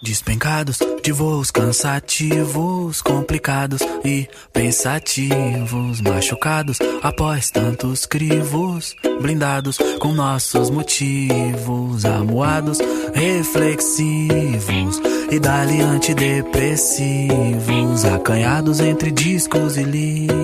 Despencados de voos cansativos, complicados e pensativos, machucados após tantos crivos, blindados com nossos motivos, amuados, reflexivos e dali antidepressivos, acanhados entre discos e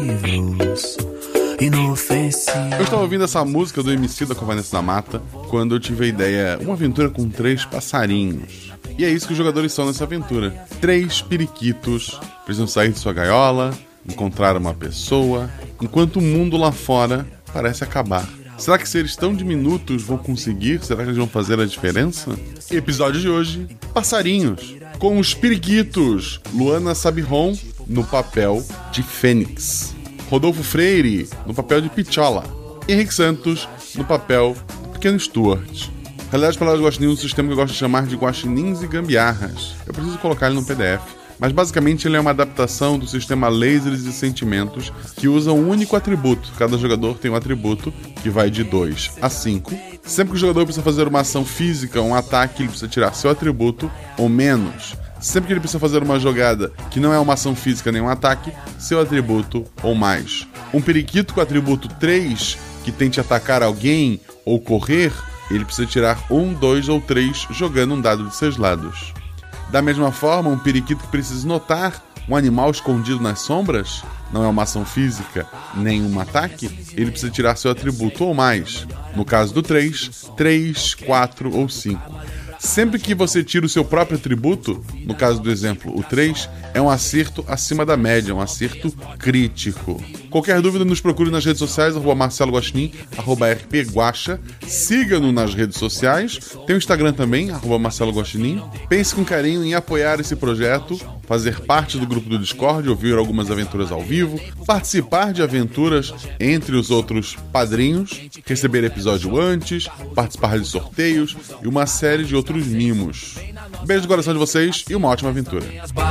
livros. Inofensivo. Eu estava ouvindo essa música do Emicida com Vanessa da Mata quando eu tive a ideia, uma aventura com 3 passarinhos. E é isso que os jogadores são nessa aventura. 3 periquitos precisam sair de sua gaiola, encontrar uma pessoa, enquanto o mundo lá fora parece acabar. Será que seres tão diminutos vão conseguir? Será que eles vão fazer a diferença? Episódio de hoje, Passarinhos, com os periquitos. Luana Sabiron no papel de Fênix, Rodolfo Freire no papel de Pichola, Henrique Santos no papel do Pequeno Stuart. Realidade Palavras Guaxinim é um sistema que eu gosto de chamar de guaxinins e gambiarras. Eu preciso colocar ele no PDF, mas basicamente ele é uma adaptação do sistema Lasers e Sentimentos, que usa um único atributo. Cada jogador tem um atributo que vai de 2 a 5. Sempre que o jogador precisa fazer uma ação física, um ataque, ele precisa tirar seu atributo ou menos. Sempre que ele precisa fazer uma jogada que não é uma ação física nem um ataque, seu atributo ou mais. Um periquito com atributo 3, que tente atacar alguém ou correr, ele precisa tirar 1, 2 ou 3 jogando um dado de 6 lados. Da mesma forma, um periquito que precisa notar um animal escondido nas sombras, não é uma ação física nem um ataque, ele precisa tirar seu atributo ou mais. No caso do 3, 3, 4 ou 5. Sempre que você tira o seu próprio atributo, no caso do exemplo, o 3, é um acerto acima da média, um acerto crítico. Qualquer dúvida, nos procure nas redes sociais, @Marcelo Guaxinim, @RPGuaxa. Siga-no nas redes sociais. Tem o Instagram também, @Marcelo Guaxinim. Pense com carinho em apoiar esse projeto, fazer parte do grupo do Discord, ouvir algumas aventuras ao vivo, participar de aventuras entre os outros padrinhos, receber episódio antes, participar de sorteios e uma série de outros mimos. Beijo no coração de vocês e uma ótima aventura.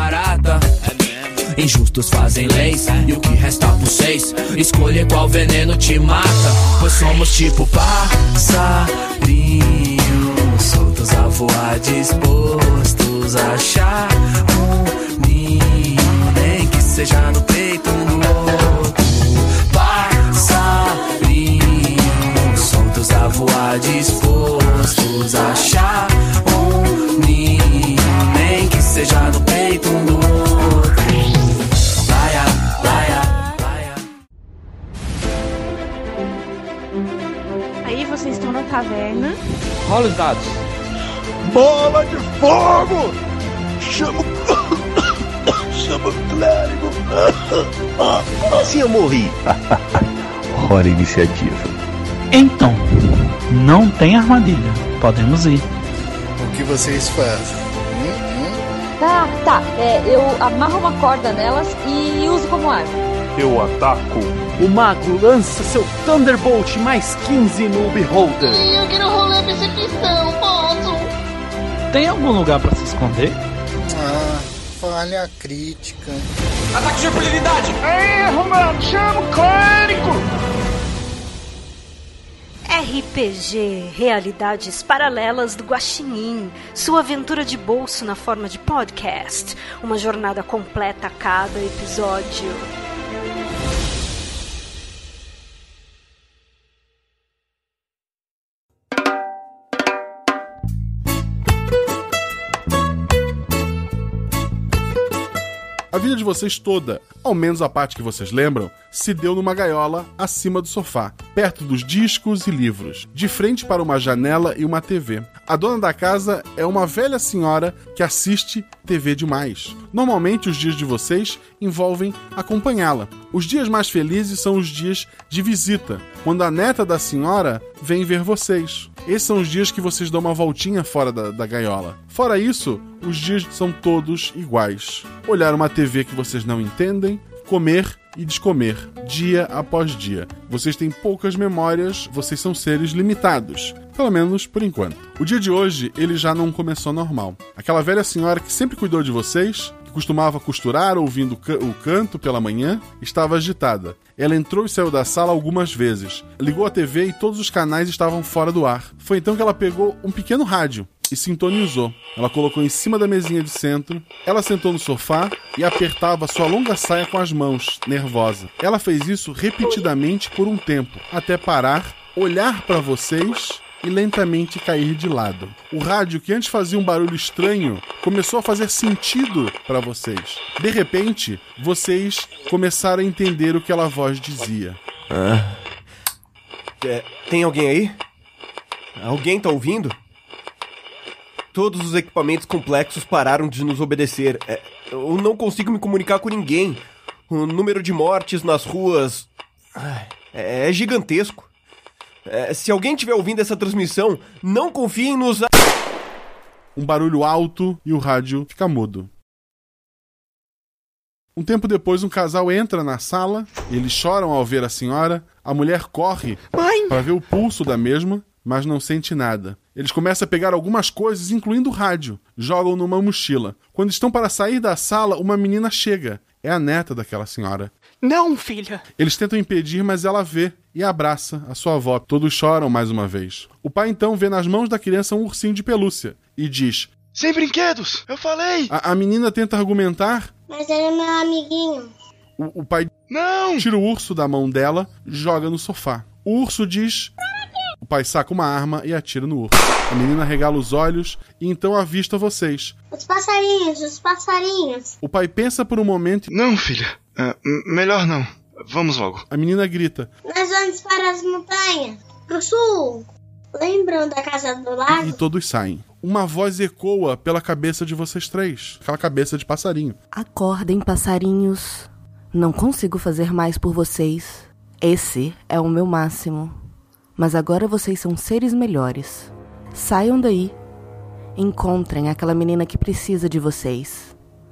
Injustos fazem leis e o que resta por 6, escolher qual veneno te mata, pois somos tipo passarinhos, soltos a voar, dispostos a achar um ninho, nem que seja no peito um do outro. Passarinhos, soltos a voar, dispostos a achar um ninho, nem que seja no peito um do outro. Aí vocês estão na taverna. Rola os dados. Bola de fogo! Chama o clérigo. Assim eu morri. Hora iniciativa. Então, não tem armadilha. Podemos ir. O que vocês fazem? Tá. Eu amarro uma corda nelas e uso como arma. Eu ataco. O mago lança seu Thunderbolt mais 15 no Beholder. Eu quero rolar percepção, posso? Tem algum lugar pra se esconder? Falha crítica. Ataque de impunidade! Erro, mano! Chama o clérigo! RPG, Realidades Paralelas do Guaxinim, sua aventura de bolso na forma de podcast, uma jornada completa a cada episódio. A vida de vocês toda, ao menos a parte que vocês lembram, se deu numa gaiola acima do sofá, perto dos discos e livros, de frente para uma janela e uma TV. A dona da casa é uma velha senhora que assiste TV demais. Normalmente os dias de vocês envolvem acompanhá-la. Os dias mais felizes são os dias de visita, quando a neta da senhora vem ver vocês. Esses são os dias que vocês dão uma voltinha fora da gaiola. Fora isso, os dias são todos iguais. Olhar uma TV que vocês não entendem, comer e descomer, dia após dia. Vocês têm poucas memórias, vocês são seres limitados. Pelo menos por enquanto. O dia de hoje, ele já não começou normal. Aquela velha senhora que sempre cuidou de vocês, que costumava costurar ouvindo o canto pela manhã, estava agitada. Ela entrou e saiu da sala algumas vezes. Ligou a TV e todos os canais estavam fora do ar. Foi então que ela pegou um pequeno rádio e sintonizou. Ela colocou em cima da mesinha de centro, ela sentou no sofá e apertava sua longa saia com as mãos, nervosa. Ela fez isso repetidamente por um tempo, até parar, olhar para vocês e lentamente cair de lado. O rádio, que antes fazia um barulho estranho, começou a fazer sentido para vocês. De repente, vocês começaram a entender o que aquela voz dizia. Tem alguém aí? Alguém tá ouvindo? Todos os equipamentos complexos pararam de nos obedecer. Eu não consigo me comunicar com ninguém. O número de mortes nas ruas é gigantesco. Se alguém estiver ouvindo essa transmissão, não confiem nos... Um barulho alto e o rádio fica mudo. Um tempo depois, um casal entra na sala, eles choram ao ver a senhora, a mulher corre para ver o pulso da mesma, mas não sente nada. Eles começam a pegar algumas coisas, incluindo o rádio, jogam numa mochila. Quando estão para sair da sala, uma menina chega. É a neta daquela senhora. Não, filha! Eles tentam impedir, mas ela vê e abraça a sua avó. Todos choram mais uma vez. O pai então vê nas mãos da criança um ursinho de pelúcia e diz... Sem brinquedos! Eu falei! A menina tenta argumentar... Mas ele é meu amiguinho. O pai Não! tira o urso da mão dela, joga no sofá. O urso diz... O pai saca uma arma e atira no urso. A menina regala os olhos e então avista vocês. Os passarinhos. O pai pensa por um momento... Não, filha. Melhor não. Vamos logo. A menina grita. Nós vamos para as montanhas. Pro sul. Lembram da casa do lago? E todos saem. Uma voz ecoa pela cabeça de vocês três. Aquela cabeça de passarinho. Acordem, passarinhos. Não consigo fazer mais por vocês. Esse é o meu máximo. Mas agora vocês são seres melhores. Saiam daí. Encontrem aquela menina que precisa de vocês.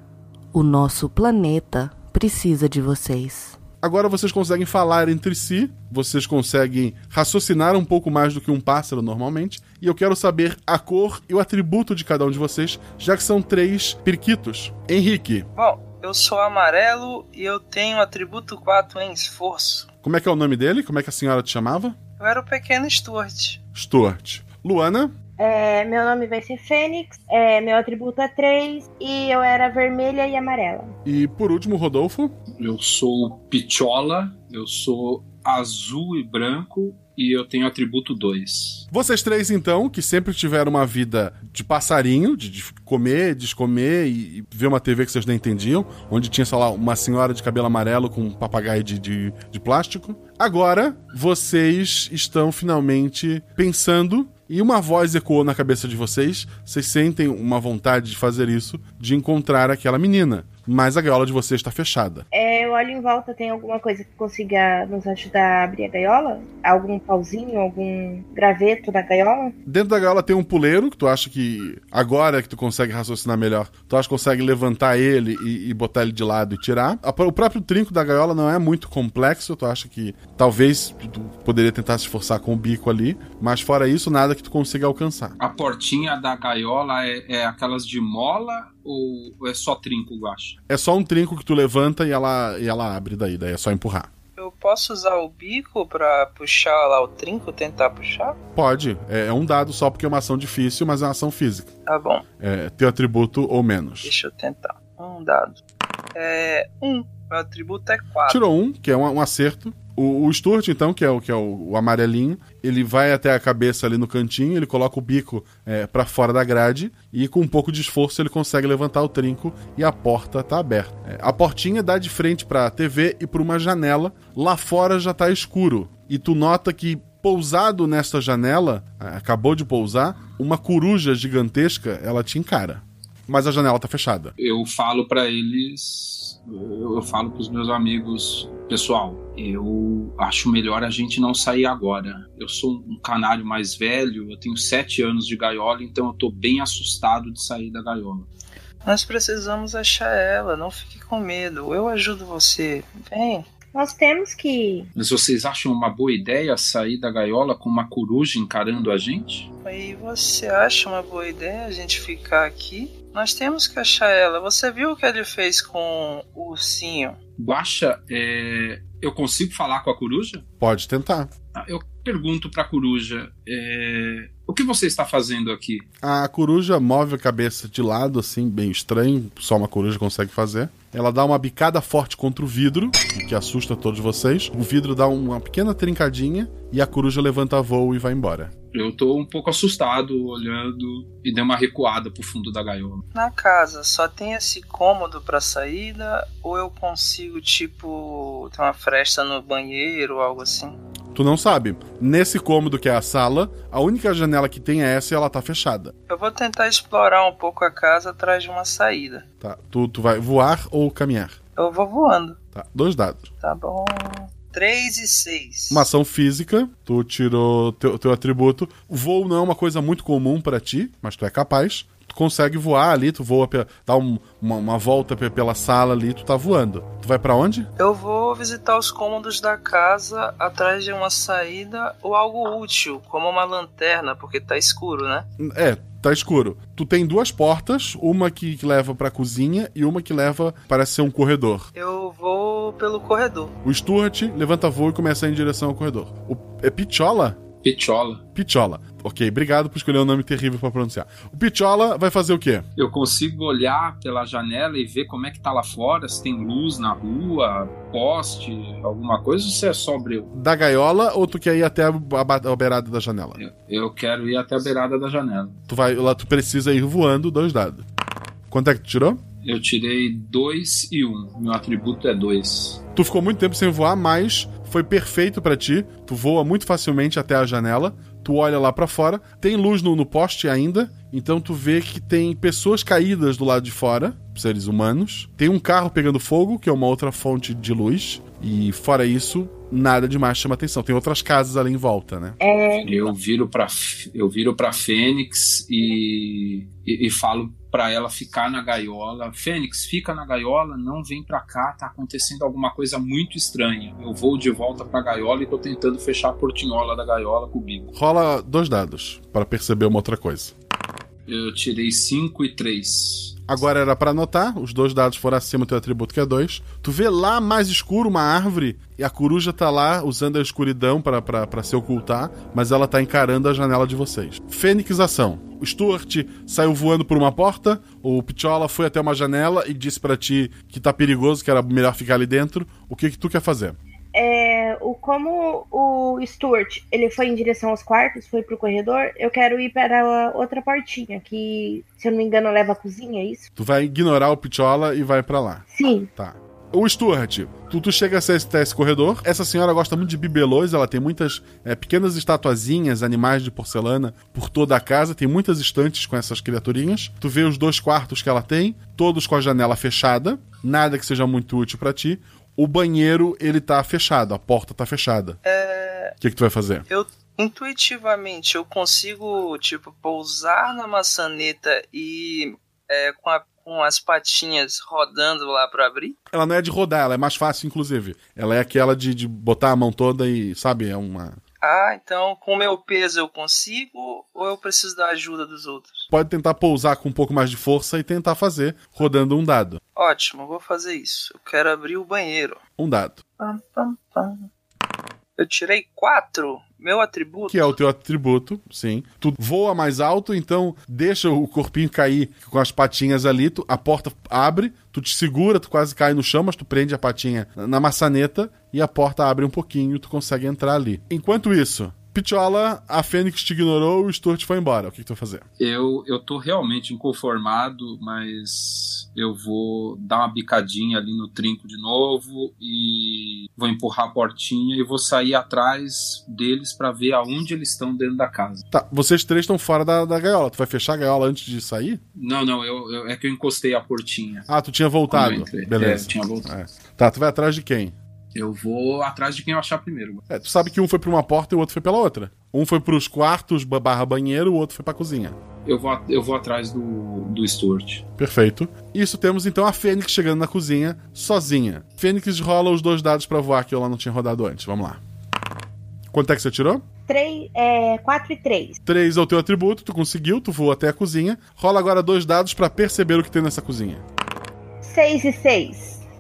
O nosso planeta precisa de vocês. Agora vocês conseguem falar entre si, vocês conseguem raciocinar um pouco mais do que um pássaro normalmente, e eu quero saber a cor e o atributo de cada um de vocês, já que são 3 periquitos. Henrique. Bom, eu sou amarelo e eu tenho atributo 4 em esforço. Como é que é o nome dele? Como é que a senhora te chamava? Eu era o pequeno Stuart. Stuart. Luana. Meu nome vai ser Fênix, meu atributo é 3 e eu era vermelha e amarela. E por último, Rodolfo. Eu sou Pichola, eu sou azul e branco e eu tenho atributo 2. Vocês 3, então, que sempre tiveram uma vida de passarinho, de comer, descomer e ver uma TV que vocês não entendiam, onde tinha, sei lá, uma senhora de cabelo amarelo com um papagaio de plástico. Agora, vocês estão finalmente pensando... E uma voz ecoou na cabeça de vocês. Vocês sentem uma vontade de fazer isso, de encontrar aquela menina. Mas a gaiola de vocês está fechada. Eu olho em volta, tem alguma coisa que consiga nos ajudar a abrir a gaiola? Algum pauzinho, algum graveto na gaiola? Dentro da gaiola tem um puleiro, que tu acha que agora que tu consegue raciocinar melhor, tu acha que consegue levantar ele e botar ele de lado e tirar. O próprio trinco da gaiola não é muito complexo, tu acha que talvez tu poderia tentar se esforçar com o bico ali, mas fora isso, nada que tu consiga alcançar. A portinha da gaiola é aquelas de mola ou é só trinco, Guaxa? É só um trinco que tu levanta e ela abre daí é só empurrar. Eu posso usar o bico pra puxar lá o trinco, tentar puxar? Pode, é um dado só porque é uma ação difícil, mas é uma ação física. Tá bom. Teu atributo ou menos. Deixa eu tentar. Um dado. Meu atributo é 4. Tirou 1, que é um acerto. O Stuart, então, que é o amarelinho, ele vai até a cabeça ali no cantinho, ele coloca o bico pra fora da grade e com um pouco de esforço ele consegue levantar o trinco e a porta tá aberta. A portinha dá de frente pra TV e pra uma janela. Lá fora já tá escuro. E tu nota que pousado nesta janela, acabou de pousar, uma coruja gigantesca, ela te encara. Mas a janela tá fechada. Eu falo pra eles, eu falo pros meus amigos, pessoal, eu acho melhor a gente não sair agora. Eu sou um canário mais velho, eu tenho 7 anos de gaiola, então eu tô bem assustado de sair da gaiola. Nós precisamos achar ela, não fique com medo, eu ajudo você, vem. Nós temos que... Mas vocês acham uma boa ideia sair da gaiola com uma coruja encarando a gente? E você acha uma boa ideia a gente ficar aqui? Nós temos que achar ela. Você viu o que ele fez com o ursinho? Guaxa, eu consigo falar com a coruja? Pode tentar. Eu pergunto pra coruja, O que você está fazendo aqui? A coruja move a cabeça de lado, assim, bem estranho. Só uma coruja consegue fazer. Ela dá uma bicada forte contra o vidro, o que assusta todos vocês. O vidro dá uma pequena trincadinha e a coruja levanta voo e vai embora. Eu tô um pouco assustado olhando e dei uma recuada pro fundo da gaiola. Na casa, só tem esse cômodo pra saída ou eu consigo, tipo, ter uma fresta no banheiro ou algo assim? Tu não sabe. Nesse cômodo que é a sala, a única janela que tem é essa e ela tá fechada. Eu vou tentar explorar um pouco a casa atrás de uma saída. Tá. Tu vai voar ou caminhar? Eu vou voando. Tá. 2 dados. Tá bom. 3 e 6. Uma ação física, tu tirou teu atributo. O voo não é uma coisa muito comum pra ti, mas tu é capaz. Tu consegue voar ali, tu voa, dá uma volta pela sala ali, tu tá voando. Tu vai pra onde? Eu vou visitar os cômodos da casa atrás de uma saída ou algo útil, como uma lanterna, porque tá escuro, né? É, tá escuro. Tu tem 2 portas, uma que leva pra cozinha e uma que leva, parece ser um corredor. Eu vou pelo corredor. O Stuart levanta voo e começa a ir em direção ao corredor. É Pichola? Pichola. Ok, obrigado por escolher um nome terrível pra pronunciar. O Pichola vai fazer o quê? Eu consigo olhar pela janela e ver como é que tá lá fora, se tem luz na rua, poste, alguma coisa, ou se é só breu? Da gaiola ou tu quer ir até a beirada da janela? Eu quero ir até a beirada da janela. Tu precisa ir voando 2 dados. Quanto é que tu tirou? Eu tirei 2 e 1. Meu atributo é 2. Tu ficou muito tempo sem voar, mas foi perfeito pra ti. Tu voa muito facilmente até a janela. Tu olha lá pra fora. Tem luz no poste ainda. Então tu vê que tem pessoas caídas do lado de fora, seres humanos. Tem um carro pegando fogo, que é uma outra fonte de luz. E fora isso, nada demais chama atenção. Tem outras casas ali em volta, né? Eu viro pra Fênix e falo pra ela ficar na gaiola. Fênix, fica na gaiola, não vem pra cá, tá acontecendo alguma coisa muito estranha. Eu vou de volta pra gaiola e tô tentando fechar a portinhola da gaiola com o bico. Rola 2 dados para perceber uma outra coisa. Eu tirei 5 e 3. Agora era pra anotar, os 2 dados foram acima do teu atributo, que é 2. Tu vê lá mais escuro uma árvore e a coruja tá lá usando a escuridão pra se ocultar, mas ela tá encarando a janela de vocês. Fênix ação. O Stuart saiu voando por uma porta, o Pichola foi até uma janela e disse pra ti que tá perigoso, que era melhor ficar ali dentro. O que tu quer fazer? Como o Stuart ele foi em direção aos quartos, foi pro corredor, eu quero ir para a outra portinha, que, se eu não me engano, leva à cozinha, é isso? Tu vai ignorar o Pichola e vai pra lá. Sim. Tá. O Stuart, tu chega até esse corredor. Essa senhora gosta muito de bibelôs. Ela tem muitas pequenas estatuazinhas, animais de porcelana por toda a casa. Tem muitas estantes com essas criaturinhas. Tu vê os 2 quartos que ela tem, todos com a janela fechada. Nada que seja muito útil pra ti. O banheiro, ele tá fechado, a porta tá fechada. O que tu vai fazer? Intuitivamente, eu consigo, pousar na maçaneta e com as patinhas rodando lá pra abrir? Ela não é de rodar, ela é mais fácil, inclusive. Ela é aquela de botar a mão toda e, sabe, é uma... Então com o meu peso eu consigo ou eu preciso da ajuda dos outros? Pode tentar pousar com um pouco mais de força e tentar fazer, rodando um dado. Ótimo, vou fazer isso. Eu quero abrir o banheiro. Um dado. Eu tirei 4. Meu atributo. Que é o teu atributo, sim. Tu voa mais alto, então deixa o corpinho cair com as patinhas ali, a porta abre, tu te segura, tu quase cai no chão, mas tu prende a patinha na maçaneta e a porta abre um pouquinho e tu consegue entrar ali. Enquanto isso, Pichola, a Fênix te ignorou e o Stuart foi embora. O que tu vai fazer? Eu tô realmente inconformado, mas eu vou dar uma bicadinha ali no trinco de novo e vou empurrar a portinha e vou sair atrás deles pra ver aonde eles estão dentro da casa. Tá, vocês 3 estão fora da gaiola. Tu vai fechar a gaiola antes de sair? Não, é que eu encostei a portinha. Tu tinha voltado. Beleza. Eu tinha voltado. Tá, tu vai atrás de quem? Eu vou atrás de quem eu achar primeiro. Tu sabe que um foi pra uma porta e o outro foi pela outra. Um foi pros quartos / banheiro, o outro foi pra cozinha. Eu vou atrás do Stuart. Perfeito. Isso temos então a Fênix chegando na cozinha sozinha. Fênix rola os 2 dados pra voar que ela não tinha rodado antes. Vamos lá. Quanto é que você tirou? 4 e 3. 3 é o teu atributo, tu conseguiu, tu voa até a cozinha. Rola agora 2 dados pra perceber o que tem nessa cozinha. 6 e 6.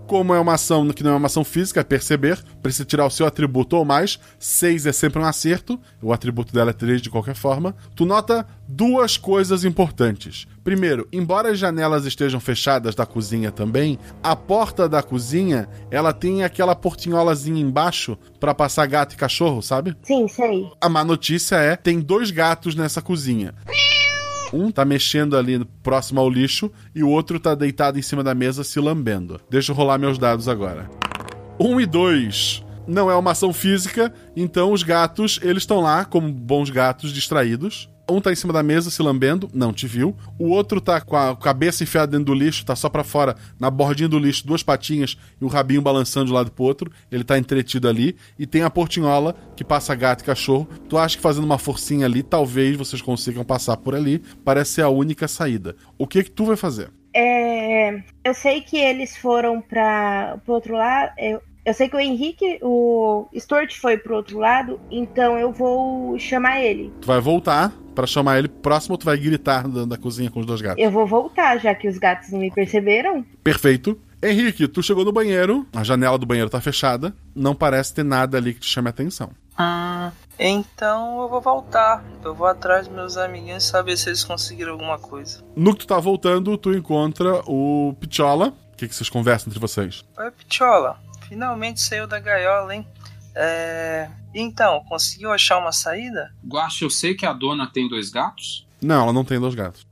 Como é uma ação que não é uma ação física, é perceber, precisa tirar o seu atributo ou mais. 6 é sempre um acerto, o atributo dela é 3 de qualquer forma. Tu nota 2 coisas importantes. Primeiro, embora as janelas estejam fechadas da cozinha também, a porta da cozinha, ela tem aquela portinholazinha embaixo pra passar gato e cachorro, sabe? Sim, sei. A má notícia é, tem 2 gatos nessa cozinha. Um tá mexendo ali próximo ao lixo e o outro tá deitado em cima da mesa se lambendo. Deixa eu rolar meus dados agora. 1 e 2 não é uma ação física, então os gatos, eles estão lá como bons gatos distraídos. Um tá em cima da mesa se lambendo, não te viu. O outro tá com a cabeça enfiada dentro do lixo, tá só pra fora, na bordinha do lixo, 2 patinhas e o rabinho balançando de um lado pro outro. Ele tá entretido ali. E tem a portinhola que passa gato e cachorro. Tu acha que fazendo uma forcinha ali, talvez vocês consigam passar por ali. Parece ser a única saída. O que tu vai fazer? Eu sei que eles foram pro outro lado. Eu sei que o Stuart foi pro outro lado, então eu vou chamar ele. Tu vai voltar pra chamar ele próximo ou tu vai gritar da cozinha com os 2 gatos? Eu vou voltar, já que os gatos não me perceberam. Perfeito. Henrique, tu chegou no banheiro, a janela do banheiro tá fechada, não parece ter nada ali que te chame a atenção. Então eu vou voltar. Eu vou atrás dos meus amiguinhos saber se eles conseguiram alguma coisa. No que tu tá voltando, tu encontra o Pichola. O que vocês conversam entre vocês? Oi, Pichola. Finalmente saiu da gaiola, hein? Então, conseguiu achar uma saída? Guaxa, eu sei que a dona tem 2 gatos. Não, ela não tem 2 gatos.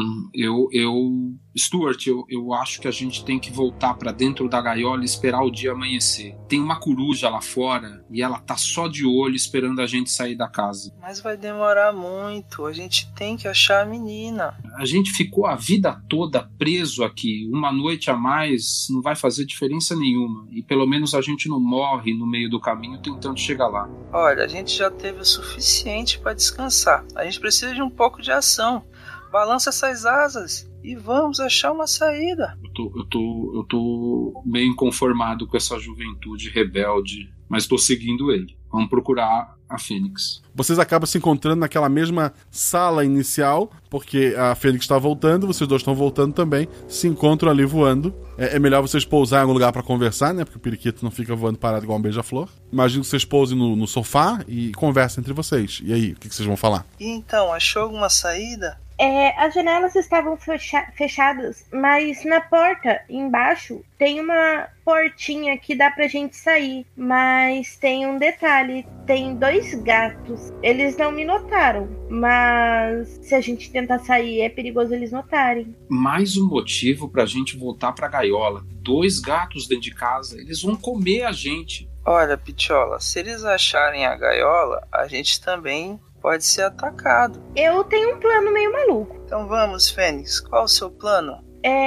Stuart, eu acho que a gente tem que voltar pra dentro da gaiola e esperar o dia amanhecer. Tem uma coruja lá fora e ela tá só de olho esperando a gente sair da casa. Mas vai demorar muito, a gente tem que achar a menina. A gente ficou a vida toda preso aqui. Uma noite a mais não vai fazer diferença nenhuma. E pelo menos a gente não morre no meio do caminho tentando chegar lá. Olha, a gente já teve o suficiente pra descansar. A gente precisa de um pouco de ação. Balança essas asas e vamos achar uma saída. Eu tô meio inconformado com essa juventude rebelde, mas tô seguindo ele. Vamos procurar a Fênix. Vocês acabam se encontrando naquela mesma sala inicial, porque a Fênix tá voltando, vocês 2 estão voltando também, se encontram ali voando. É melhor vocês pousar em algum lugar pra conversar, né? Porque o periquito não fica voando parado igual um beija-flor. Imagino que vocês pousem no sofá e conversem entre vocês. E aí, o que vocês vão falar? E então, achou alguma saída? As janelas estavam fechadas, mas na porta, embaixo, tem uma portinha que dá pra gente sair. Mas tem um detalhe, tem 2 gatos. Eles não me notaram, mas se a gente tentar sair, é perigoso eles notarem. Mais um motivo pra gente voltar pra gaiola. 2 gatos dentro de casa, eles vão comer a gente. Olha, Pichola, se eles acharem a gaiola, a gente também pode ser atacado. Eu tenho um plano meio maluco. Então vamos, Fênix. Qual o seu plano?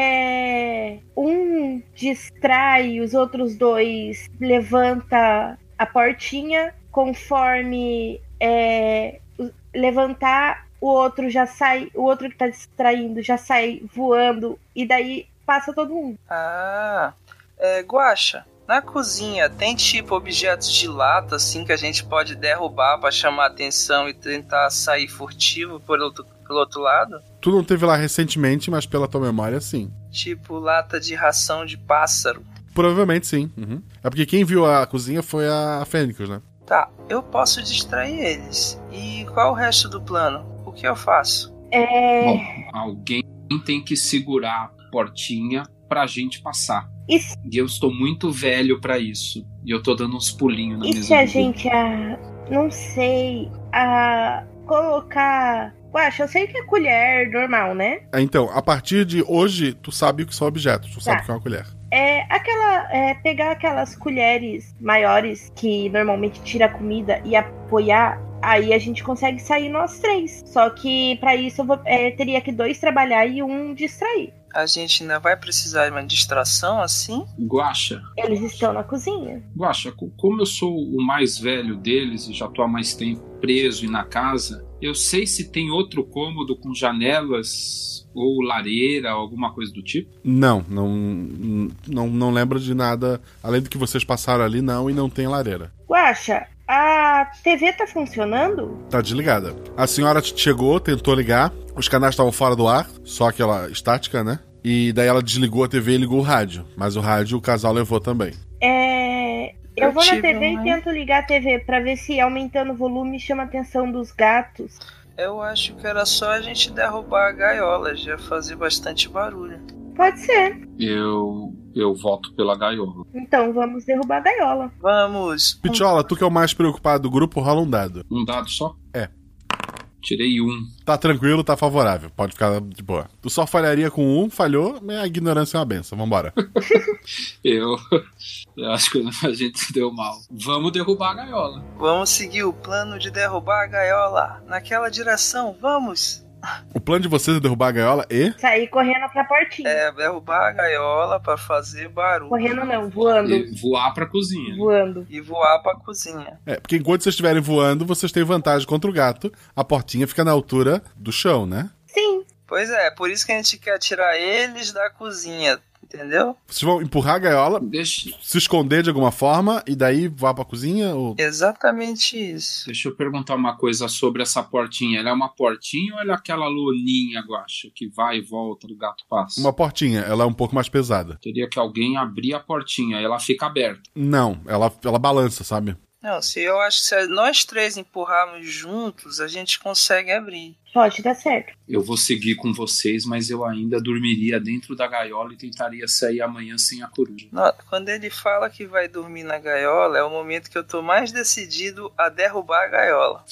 Um distrai, os outros 2 levanta a portinha. Conforme levantar, o outro já sai. O outro que tá distraindo já sai voando. E daí passa todo mundo. Guaxa, na cozinha tem tipo objetos de lata assim que a gente pode derrubar pra chamar atenção e tentar sair furtivo pelo outro lado? Tu não teve lá recentemente, mas pela tua memória, sim. Tipo lata de ração de pássaro. Provavelmente sim. É porque quem viu a cozinha foi a Fênix, né? Tá, eu posso distrair eles. E qual o resto do plano? O que eu faço? Bom, alguém tem que segurar a portinha pra gente passar. E eu estou muito velho pra isso. E eu tô dando uns pulinhos na mesa. E se a gente, não sei, colocar... Guaxa, eu sei que é colher normal, né? Então, a partir de hoje, tu sabe o que são objetos. Tu sabe o que é uma colher. Pegar aquelas colheres maiores que normalmente tira a comida e apoiar, aí a gente consegue sair nós 3. Só que pra isso eu teria que 2 trabalhar e 1 distrair. A gente ainda vai precisar de uma distração assim? Guaxa. Eles estão na cozinha. Guaxa, como eu sou o mais velho deles e já tô há mais tempo preso e na casa, eu sei se tem outro cômodo com janelas ou lareira, alguma coisa do tipo? Não lembro de nada, além do que vocês passaram ali, não, e não tem lareira. Guaxa, a TV tá funcionando? Tá desligada. A senhora chegou, tentou ligar, os canais estavam fora do ar, só aquela estática, né? E daí ela desligou a TV e ligou o rádio. Mas o rádio o casal levou também. Eu vou na TV e tento ligar a TV pra ver se aumentando o volume chama a atenção dos gatos. Eu acho que era só a gente derrubar a gaiola, já fazia bastante barulho. Pode ser. Eu voto pela gaiola. Então vamos derrubar a gaiola. Vamos. Pichola, tu que é o mais preocupado do grupo, rola um dado. Um dado só? É. Tirei 1. Tá tranquilo, tá favorável. Pode ficar de boa. Tu só falharia com 1, falhou, a ignorância é uma benção. Vambora. Eu acho que a gente deu mal. Vamos derrubar a gaiola. Vamos seguir o plano de derrubar a gaiola. Naquela direção, vamos. O plano de vocês é derrubar a gaiola e... sair correndo pra portinha. Derrubar a gaiola pra fazer barulho. Correndo não, voando. E voar pra cozinha. Voando. E voar pra cozinha. Porque enquanto vocês estiverem voando, vocês têm vantagem contra o gato. A portinha fica na altura do chão, né? Sim. Pois é, por isso que a gente quer tirar eles da cozinha, entendeu? Vocês vão empurrar a gaiola, se esconder de alguma forma e daí voar pra cozinha? Ou... Exatamente isso. Deixa eu perguntar uma coisa sobre essa portinha. Ela é uma portinha ou ela é aquela loninha, Guaxa, que vai e volta, do gato passa? Uma portinha, ela é um pouco mais pesada. Teria que alguém abrir a portinha, ela fica aberta. Não, ela balança, sabe? Não, eu acho que se nós três empurrarmos juntos, a gente consegue abrir. Pode dar certo. Eu vou seguir com vocês, mas eu ainda dormiria dentro da gaiola e tentaria sair amanhã sem a coruja. Quando ele fala que vai dormir na gaiola, é o momento que eu tô mais decidido a derrubar a gaiola.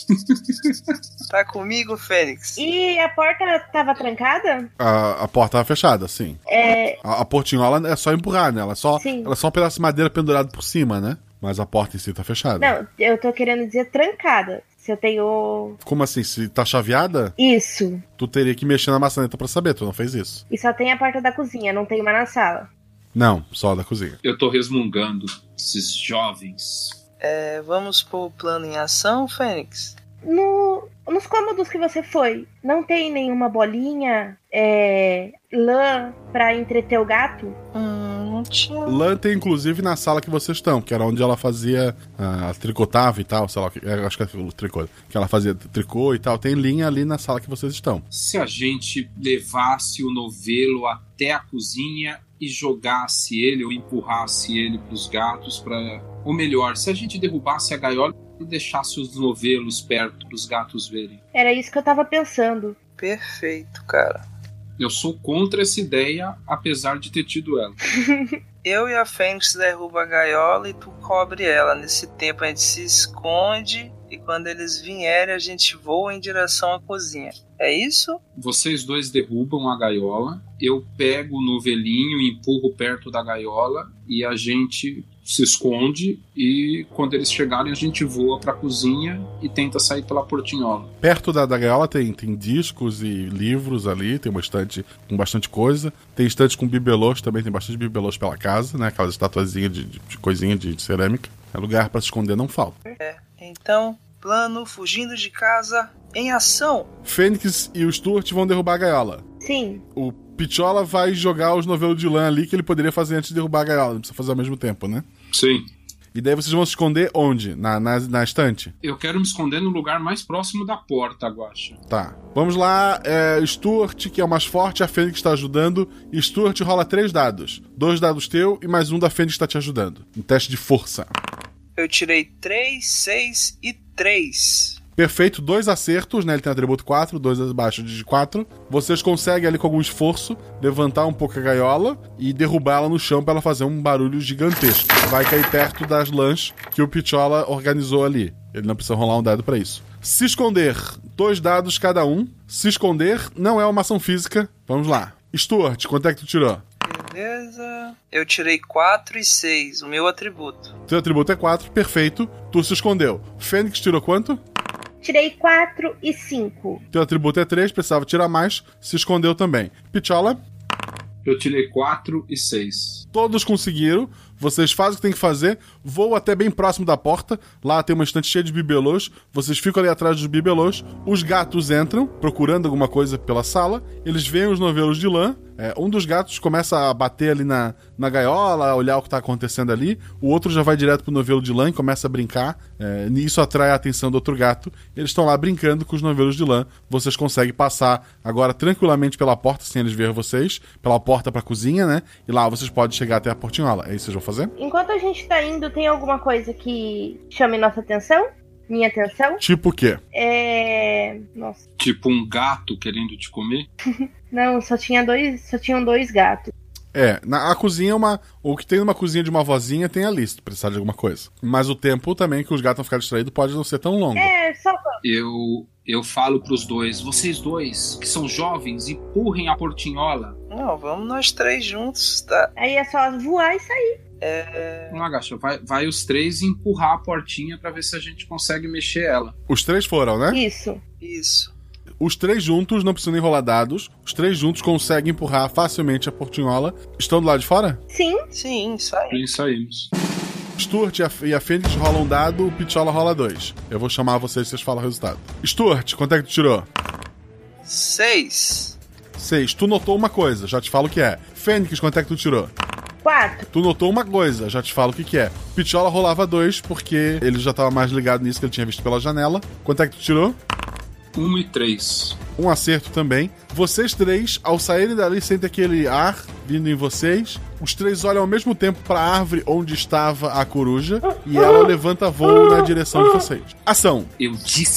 Tá comigo, Fênix? E a porta tava trancada? A porta tava fechada, sim. A portinhola é só empurrar, né? Ela é só um pedaço de madeira pendurado por cima, né? Mas a porta em si tá fechada. Não, eu tô querendo dizer trancada. Se eu tenho... Como assim? Se tá chaveada? Isso. Tu teria que mexer na maçaneta pra saber, tu não fez isso. E só tem a porta da cozinha, não tem uma na sala. Não, só a da cozinha. Eu tô resmungando esses jovens. Vamos pôr o plano em ação, Fênix? Nos cômodos que você foi, não tem nenhuma bolinha, lã pra entreter o gato? Não tinha. Lã tem inclusive na sala que vocês estão, que era onde ela fazia, tricotava e tal, sei lá, acho que é o tricô, que ela fazia tricô e tal, tem linha ali na sala que vocês estão. Se a gente levasse o novelo até a cozinha e jogasse ele ou empurrasse ele pros gatos, ou melhor, se a gente derrubasse a gaiola e deixasse os novelos perto dos gatos verem. Era isso que eu tava pensando. Perfeito, cara. Eu sou contra essa ideia, apesar de ter tido ela. Eu e a Fênix derruba a gaiola e tu cobre ela. Nesse tempo a gente se esconde e quando eles vierem a gente voa em direção à cozinha. É isso? Vocês dois derrubam a gaiola, eu pego o novelinho e empurro perto da gaiola e a gente se esconde e quando eles chegarem a gente voa pra cozinha e tenta sair pela portinhola. Perto da gaiola tem discos e livros ali, tem uma estante com bastante coisa, tem estante com bibelôs também, tem bastante bibelôs pela casa, né, aquelas estatuazinhas de coisinha de cerâmica. É lugar pra se esconder, não falta. Então, plano fugindo de casa em ação. Fênix e o Stuart vão derrubar a gaiola. Sim. O Pichola vai jogar os novelos de lã ali que ele poderia fazer antes de derrubar a gaiola. Não precisa fazer ao mesmo tempo, né? Sim. E daí vocês vão se esconder onde? Na estante? Eu quero me esconder no lugar mais próximo da porta, Guaxa. Tá. Vamos lá. Stuart, que é o mais forte, a Fênix está ajudando. E Stuart rola 3 dados. 2 dados teu e mais um da Fênix está te ajudando. Um teste de força. Eu tirei 3, 6 e 3. Perfeito, 2 acertos, né? Ele tem atributo 4, 2 abaixo de 4. Vocês conseguem ali com algum esforço levantar um pouco a gaiola e derrubá-la no chão pra ela fazer um barulho gigantesco. Vai cair perto das lãs que o Pichola organizou ali. Ele não precisa rolar um dado pra isso. Se esconder, 2 dados cada um. Se esconder não é uma ação física. Vamos lá. Stuart, quanto é que tu tirou? Beleza. Eu tirei 4 e 6, o meu atributo. Teu atributo é 4, perfeito. Tu se escondeu. Fênix tirou quanto? Tirei 4 e 5. Teu atributo é 3, precisava tirar mais, se escondeu também. Pichola? Eu tirei 4 e 6. Todos conseguiram. Vocês fazem o que tem que fazer, voam até bem próximo da porta. Lá tem uma estante cheia de bibelôs. Vocês ficam ali atrás dos bibelôs. Os gatos entram, procurando alguma coisa pela sala. Eles veem os novelos de lã. Um dos gatos começa a bater ali na gaiola, a olhar o que tá acontecendo ali. O outro já vai direto pro novelo de lã e começa a brincar. Isso atrai a atenção do outro gato. Eles estão lá brincando com os novelos de lã. Vocês conseguem passar agora tranquilamente pela porta, sem eles verem vocês. Pela porta pra cozinha, né? E lá vocês podem chegar até a portinhola. É isso que vocês vão fazer? Enquanto a gente tá indo, tem alguma coisa que chame nossa atenção? Minha atenção? Tipo o quê? Nossa. Tipo um gato querendo te comer? Não, só tinham dois gatos. A cozinha é o que tem numa cozinha de uma vozinha tem ali, se precisar de alguma coisa. Mas o tempo também que os gatos vão ficar distraídos pode não ser tão longo. Só... Eu falo pros dois, vocês dois, que são jovens, empurrem a portinhola. Não, vamos nós 3 juntos, tá? Aí é só voar e sair. Não, Agacha, vai os 3 empurrar a portinha pra ver se a gente consegue mexer ela. Os 3 foram, né? Isso. Os 3 juntos, não precisam nem rolar dados. Os 3 juntos conseguem empurrar facilmente a portinhola. Estão do lado de fora? Sim, saímos. Stuart e a Fênix rolam um dado, o Pichola rola 2. Eu vou chamar vocês e vocês falam o resultado. Stuart, quanto é que tu tirou? 6. Tu notou uma coisa, já te falo o que é. Fênix, quanto é que tu tirou? 4. Tu notou uma coisa, já te falo o que é. O Pichola rolava 2, porque ele já tava mais ligado nisso que ele tinha visto pela janela. Quanto é que tu tirou? 1 e 3. Um acerto também. Vocês 3, ao saírem dali, sentem aquele ar vindo em vocês. Os 3 olham ao mesmo tempo para a árvore onde estava a coruja e ela levanta voo na direção de vocês. Ação. Eu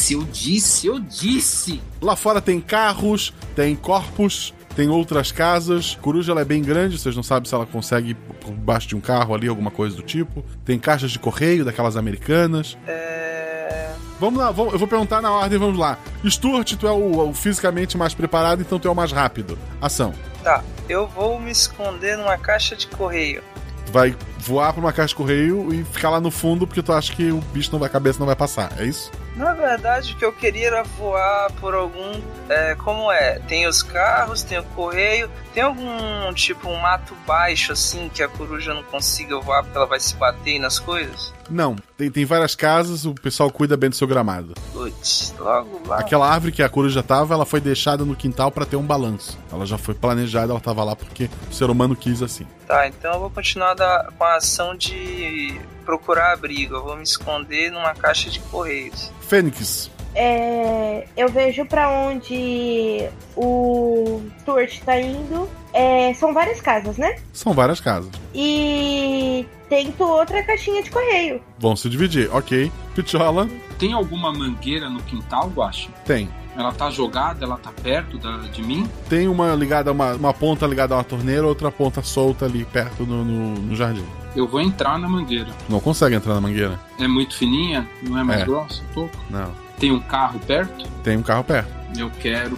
disse. Lá fora tem carros, tem corpos, tem outras casas. A coruja ela é bem grande, vocês não sabem se ela consegue ir por baixo de um carro ali, alguma coisa do tipo. Tem caixas de correio, daquelas americanas. Vamos lá, eu vou perguntar na ordem, vamos lá. Stuart, tu é o fisicamente mais preparado, então tu é o mais rápido. Ação. Tá, eu vou me esconder numa caixa de correio. Tu vai voar pra uma caixa de correio e ficar lá no fundo porque tu acha que o bicho a cabeça não vai passar, é isso? Na verdade, o que eu queria era voar por algum... como é? Tem os carros, tem o correio... Tem algum, tipo, um mato baixo, assim, que a coruja não consiga voar porque ela vai se bater nas coisas? Não. Tem várias casas, o pessoal cuida bem do seu gramado. Putz, logo lá... Aquela árvore que a coruja tava, ela foi deixada no quintal pra ter um balanço. Ela já foi planejada, ela tava lá porque o ser humano quis assim. Tá, então eu vou continuar com a ação de procurar abrigo. Eu vou me esconder numa caixa de correios. Fênix. Eu vejo pra onde o Stuart tá indo. São várias casas, né? São várias casas. E tento outra caixinha de correio. Vão se dividir, ok. Pichola. Tem alguma mangueira no quintal, Guaxa? Tem. Ela tá jogada, ela tá perto de mim? Tem uma ligada, uma ponta ligada a uma torneira, outra ponta solta ali perto no jardim. Eu vou entrar na mangueira. Não consegue entrar na mangueira. É muito fininha? Não é mais grossa? Não. Tem um carro perto? Tem um carro perto. Eu quero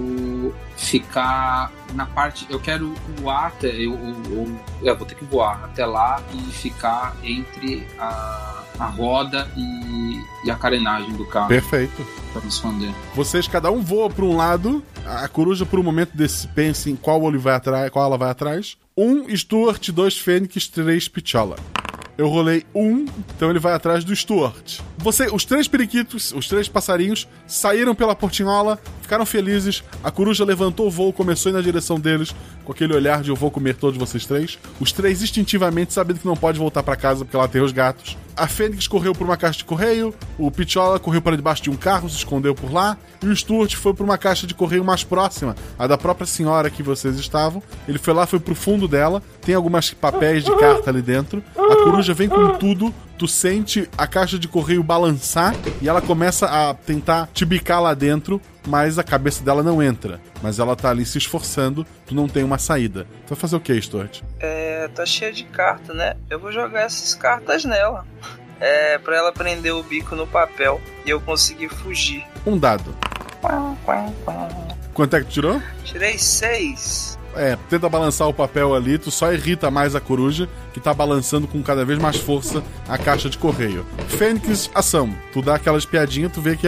ficar na parte... Eu quero voar até... Eu vou ter que voar até lá e ficar entre a roda e a carenagem do carro. Perfeito. Pra me esconder. Vocês, cada um voa para um lado. A coruja, por um momento, pensa em qual ela vai atrás. 1, Stuart, 2, Fênix, 3, Pichola. Eu rolei 1, então ele vai atrás do Stuart. Os 3 periquitos, os 3 passarinhos, saíram pela portinhola, ficaram felizes. A coruja levantou o voo, começou a ir na direção deles, com aquele olhar de eu vou comer todos vocês 3. Os 3 instintivamente, sabendo que não pode voltar pra casa porque lá tem os gatos. A Fênix correu por uma caixa de correio, o Pichola correu para debaixo de um carro, se escondeu por lá, e o Stuart foi por uma caixa de correio mais próxima, a da própria senhora que vocês estavam. Ele foi lá, foi pro fundo dela, tem algumas papéis de carta ali dentro. A coruja vem com tudo, tu sente a caixa de correio balançar e ela começa a tentar te bicar lá dentro, mas a cabeça dela não entra. Mas ela tá ali se esforçando, tu não tem uma saída. Tu vai fazer o que, Stuart? Tá cheia de carta, né? Eu vou jogar essas cartas nela. Pra ela prender o bico no papel e eu conseguir fugir. Um dado. Quanto é que tu tirou? Tirei 6. Tenta balançar o papel ali, tu só irrita mais a coruja, que tá balançando com cada vez mais força a caixa de correio. Fênix, ação. Tu dá aquela espiadinha, tu vê que a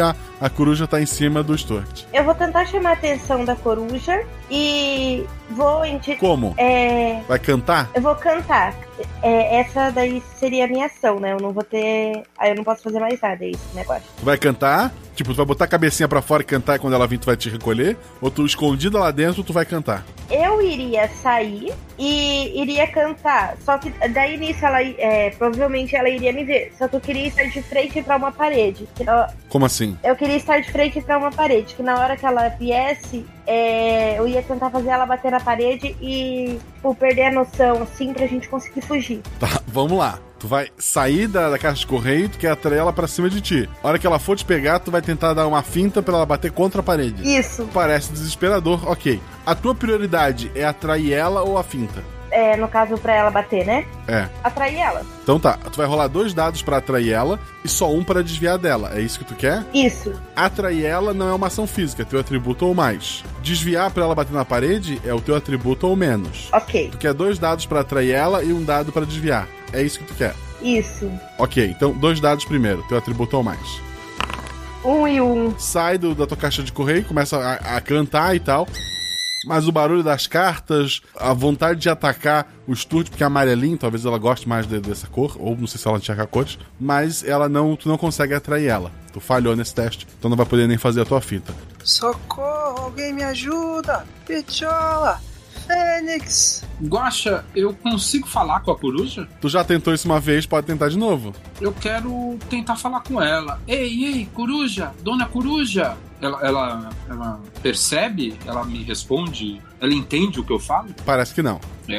a coruja tá em cima do Stuart. Eu vou tentar chamar a atenção da coruja e vou... Como? Vai cantar? Eu vou cantar. Essa daí seria a minha ação, né? Eu não vou ter... Aí eu não posso fazer mais nada, é isso o negócio. Tu vai cantar? Tipo, tu vai botar a cabecinha pra fora e cantar e quando ela vir tu vai te recolher? Ou tu escondida lá dentro tu vai cantar? Eu iria sair e iria cantar. Só que daí nisso ela... provavelmente ela iria me ver. Só que eu queria estar de frente pra uma parede. Como assim? Eu queria estar de frente pra uma parede. Que na hora que ela viesse... eu ia tentar fazer ela bater na parede e perder a noção, assim, pra gente conseguir fugir. Tá, vamos lá. Tu vai sair da caixa de correio e tu quer atrair ela pra cima de ti. A hora que ela for te pegar, tu vai tentar dar uma finta pra ela bater contra a parede. Isso. Parece desesperador, ok. A tua prioridade é atrair ela ou a finta? No caso, pra ela bater, né? Atrair ela. Então tá, tu vai rolar 2 dados pra atrair ela e só um pra desviar dela. É isso que tu quer? Isso. Atrair ela não é uma ação física, é teu atributo ou mais. Desviar pra ela bater na parede é o teu atributo ou menos. Ok. Tu quer 2 dados pra atrair ela e 1 dado pra desviar. É isso que tu quer? Isso. Ok, então 2 dados primeiro, teu atributo ou mais. 1 e 1. Sai da tua caixa de correio, começa a cantar e tal. Mas o barulho das cartas, a vontade de atacar o Stuart, porque é amarelinho, talvez ela goste mais dessa cor, ou não sei se ela enxerga cores, mas tu não consegue atrair ela. Tu falhou nesse teste, então não vai poder nem fazer a tua fita. Socorro, alguém me ajuda! Pichola! Fênix! Guaxa, eu consigo falar com a coruja? Tu já tentou isso uma vez, pode tentar de novo. Eu quero tentar falar com ela. Ei, coruja! Dona coruja! Ela percebe? Ela me responde? Ela entende o que eu falo? Parece que não.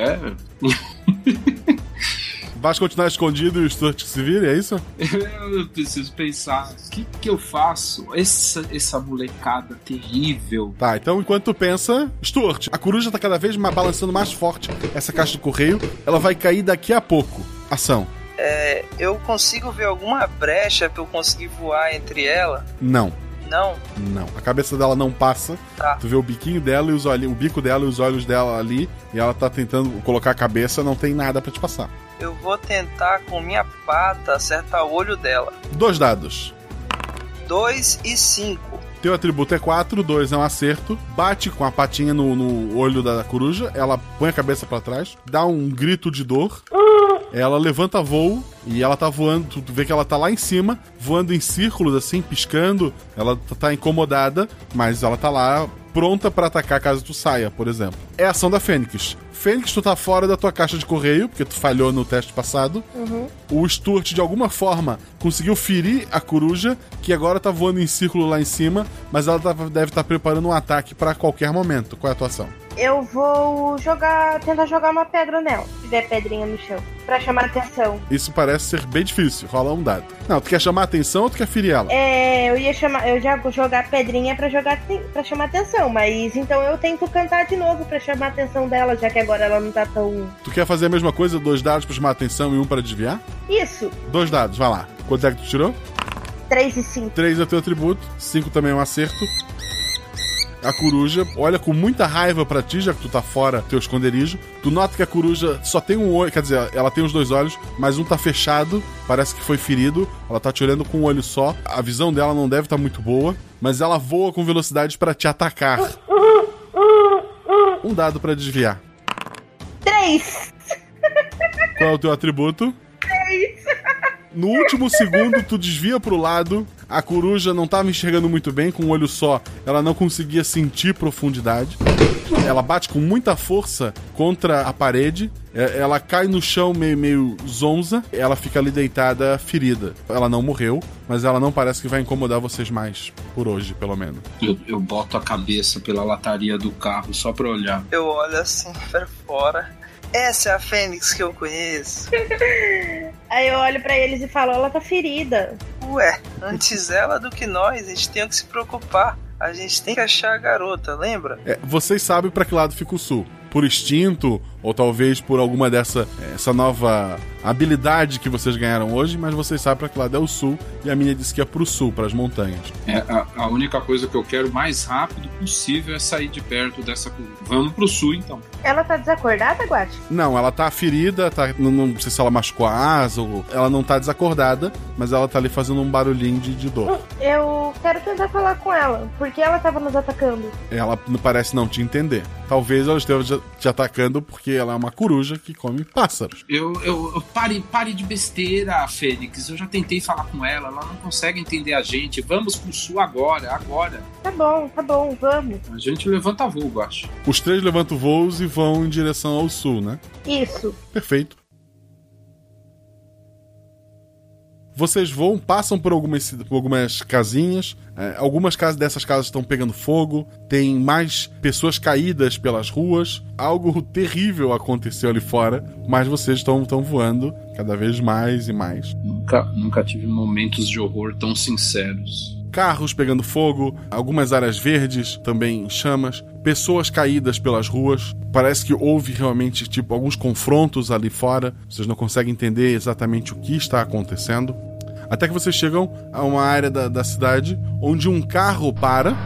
Vai continuar escondido e o Stuart se vira, é isso? Eu preciso pensar. O que eu faço? Essa molecada terrível. Tá, então enquanto tu pensa, Stuart, a coruja tá cada vez mais balançando mais forte essa caixa de correio. Ela vai cair daqui a pouco. Ação. Eu consigo ver alguma brecha pra eu conseguir voar entre ela? Não. Não? Não. A cabeça dela não passa. Tá. Tu vê o biquinho dela e o bico dela e os olhos dela ali. E ela tá tentando colocar a cabeça, não tem nada pra te passar. Eu vou tentar com minha pata acertar o olho dela. 2 dados. 2 e 5. Teu atributo é 4, 2 é um acerto. Bate com a patinha no olho da coruja. Ela põe a cabeça pra trás. Dá um grito de dor. Ela levanta voo e ela tá voando. Tu vê que ela tá lá em cima, voando em círculos assim, piscando. Ela tá incomodada, mas ela tá lá pronta pra atacar caso tu saia, por exemplo. É a ação da Fênix. Fênix, tu tá fora da tua caixa de correio, porque tu falhou no teste passado. Uhum. O Stuart, de alguma forma, conseguiu ferir a coruja, que agora tá voando em círculo lá em cima, mas ela deve estar preparando um ataque pra qualquer momento. Qual é a tua ação? Eu vou tentar jogar uma pedra nela, se tiver pedrinha no chão, pra chamar atenção. Isso parece ser bem difícil, rola um dado. Não, tu quer chamar atenção ou tu quer ferir ela? Eu já vou jogar pedrinha pra chamar atenção, mas então eu tento cantar de novo pra chamar a atenção dela, já que agora ela não tá tão... Tu quer fazer a mesma coisa, 2 dados pra chamar atenção e 1 pra desviar? Isso. 2 dados, vai lá. Quanto é que tu tirou? 3 e 5. 3 é o teu atributo, 5 também é um acerto. A coruja olha com muita raiva pra ti, já que tu tá fora do teu esconderijo. Tu nota que a coruja só tem um olho, quer dizer, ela tem os 2 olhos, mas um tá fechado, parece que foi ferido. Ela tá te olhando com um olho só. A visão dela não deve estar muito boa, mas ela voa com velocidade pra te atacar. Um dado pra desviar. 3! Qual é o teu atributo? 3! No último segundo, tu desvia pro lado. A coruja não tava enxergando muito bem, com um olho só. Ela não conseguia sentir profundidade. Ela bate com muita força contra a parede. Ela cai no chão meio zonza. Ela fica ali deitada, ferida. Ela não morreu, mas ela não parece que vai incomodar vocês mais. Por hoje, pelo menos. Eu boto a cabeça pela lataria do carro só pra olhar. Eu olho assim pra fora. Essa é a Fênix que eu conheço. Aí eu olho pra eles e falo, ela tá ferida. Ué, antes ela do que nós, a gente tem que se preocupar. A gente tem que achar a garota, lembra? Vocês sabem pra que lado fica o sul. por instinto, ou talvez por alguma essa nova habilidade que vocês ganharam hoje, mas vocês sabem para que lado é o sul, e a minha disse que é pro sul, para as montanhas. A única coisa que eu quero o mais rápido possível é sair de perto dessa coruja. Vamos pro sul, então. Ela tá desacordada, Guache? Não, ela tá ferida, não sei se ela machucou a asa, ou ela não tá desacordada, mas ela tá ali fazendo um barulhinho de dor. Eu quero tentar falar com ela, porque ela tava nos atacando. Ela parece não te entender. Talvez ela esteja te atacando porque ela é uma coruja que come pássaros. Pare de besteira, Fênix. Eu já tentei falar com ela não consegue entender a gente. Vamos pro sul agora. Tá bom, vamos. A gente levanta voo, acho. Os 3 levantam voos e vão em direção ao sul, né? Isso. Perfeito. Vocês passam por algumas casinhas. Algumas dessas casas estão pegando fogo. Tem mais pessoas caídas pelas ruas. Algo terrível aconteceu ali fora, mas vocês estão voando cada vez mais e mais. Nunca tive momentos de horror tão sinceros. Carros pegando fogo, algumas áreas verdes também em chamas, pessoas caídas pelas ruas. Parece que houve realmente alguns confrontos ali fora. Vocês não conseguem entender exatamente o que está acontecendo. Até que vocês chegam a uma área da cidade onde um carro para.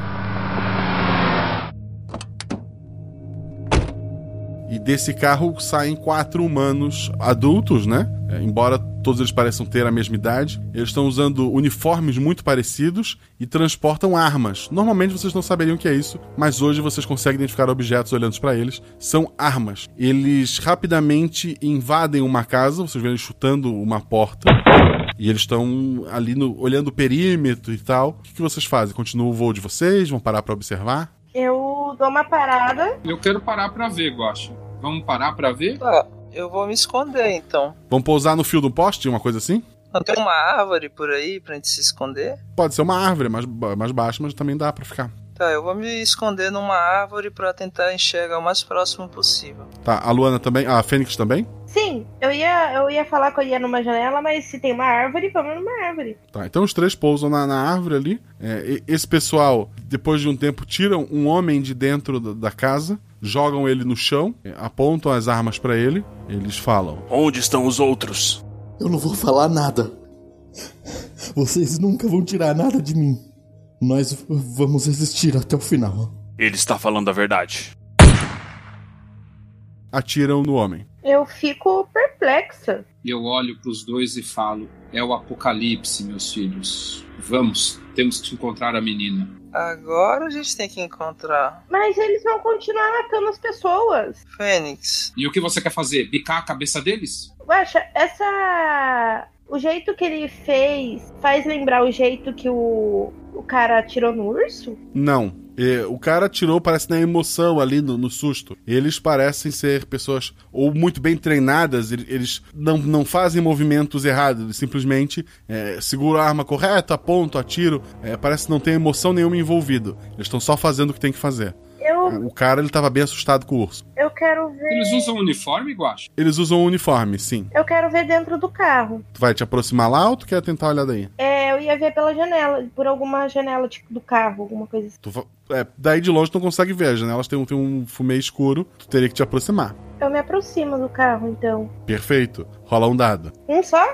E desse carro saem 4 humanos adultos, né? Embora todos eles pareçam ter a mesma idade, eles estão usando uniformes muito parecidos e transportam armas. Normalmente vocês não saberiam o que é isso, mas hoje vocês conseguem identificar objetos olhando para eles. São armas. Eles rapidamente invadem uma casa, vocês veem eles chutando uma porta. E eles estão ali olhando o perímetro e tal. O que vocês fazem? Continuam o voo de vocês? Vão parar para observar? Eu dou uma parada. Eu quero parar pra ver, Guaxa. Vamos parar pra ver? Tá, eu vou me esconder, então. Vamos pousar no fio do poste, uma coisa assim? Não tem uma árvore por aí pra gente se esconder? Pode ser uma árvore mais baixa, mas também dá pra ficar. Tá, eu vou me esconder numa árvore pra tentar enxergar o mais próximo possível. Tá, a Luana também? A Fênix também? Sim, eu ia falar que eu ia numa janela, mas se tem uma árvore, vamos numa árvore. Tá, então os 3 pousam na árvore ali. Esse pessoal, depois de um tempo, tiram um homem de dentro da casa, jogam ele no chão, apontam as armas pra ele. Eles falam: onde estão os outros? Eu não vou falar nada. Vocês nunca vão tirar nada de mim. Nós vamos resistir até o final. Ele está falando a verdade. Atiram no homem. Eu fico perplexa. Eu olho pros 2 e falo: é o apocalipse, meus filhos. Vamos, temos que encontrar a menina. Agora a gente tem que encontrar. Mas eles vão continuar matando as pessoas. Fênix. E o que você quer fazer? Bicar a cabeça deles? Guaxa, o jeito que ele faz lembrar o jeito que o cara atirou no urso? Não. O cara atirou, parece, na emoção ali, no susto. Eles parecem ser pessoas ou muito bem treinadas, eles não fazem movimentos errados, eles simplesmente seguram a arma correta, apontam, atiram. Parece que não tem emoção nenhuma envolvida. Eles estão só fazendo o que tem que fazer. O cara, ele tava bem assustado com o urso. Eu quero ver... Eles usam uniforme, Guaxa? Eles usam uniforme, sim. Eu quero ver dentro do carro. Tu vai te aproximar lá ou tu quer tentar olhar daí? Eu ia ver pela janela, por alguma janela tipo do carro, alguma coisa assim. Daí de longe tu não consegue ver, as janelas tem um fumê escuro, tu teria que te aproximar. Eu me aproximo do carro, então. Perfeito. Rola um dado. Um só?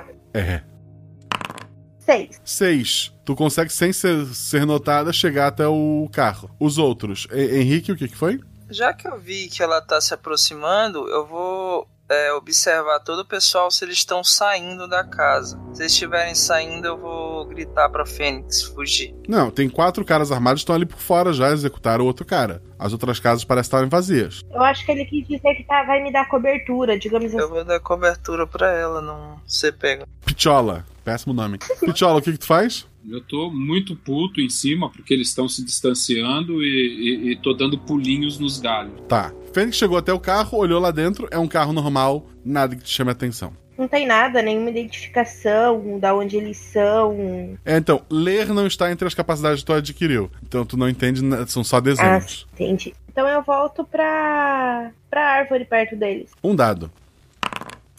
6. Tu consegue, sem ser notada, chegar até o carro. Os outros. Henrique, o que foi? Já que eu vi que ela tá se aproximando, eu vou observar todo o pessoal se eles estão saindo da casa. Se eles estiverem saindo, eu vou gritar pra Fênix fugir. Não, tem 4 caras armados que estão ali por fora, já executaram o outro cara. As outras casas parecem estarem vazias. Eu acho que ele quis dizer que vai me dar cobertura, digamos assim. Eu vou dar cobertura pra ela não ser pega. Pichola. Péssimo nome. Pichola, o que tu faz? Eu tô muito puto em cima, porque eles estão se distanciando e tô dando pulinhos nos galhos. Tá. Fênix chegou até o carro, olhou lá dentro, é um carro normal, nada que te chame a atenção. Não tem nada, nenhuma identificação, da onde eles são. Então, ler não está entre as capacidades que tu adquiriu. Então tu não entende, são só desenhos. Entendi. Então eu volto pra árvore perto deles. Um dado.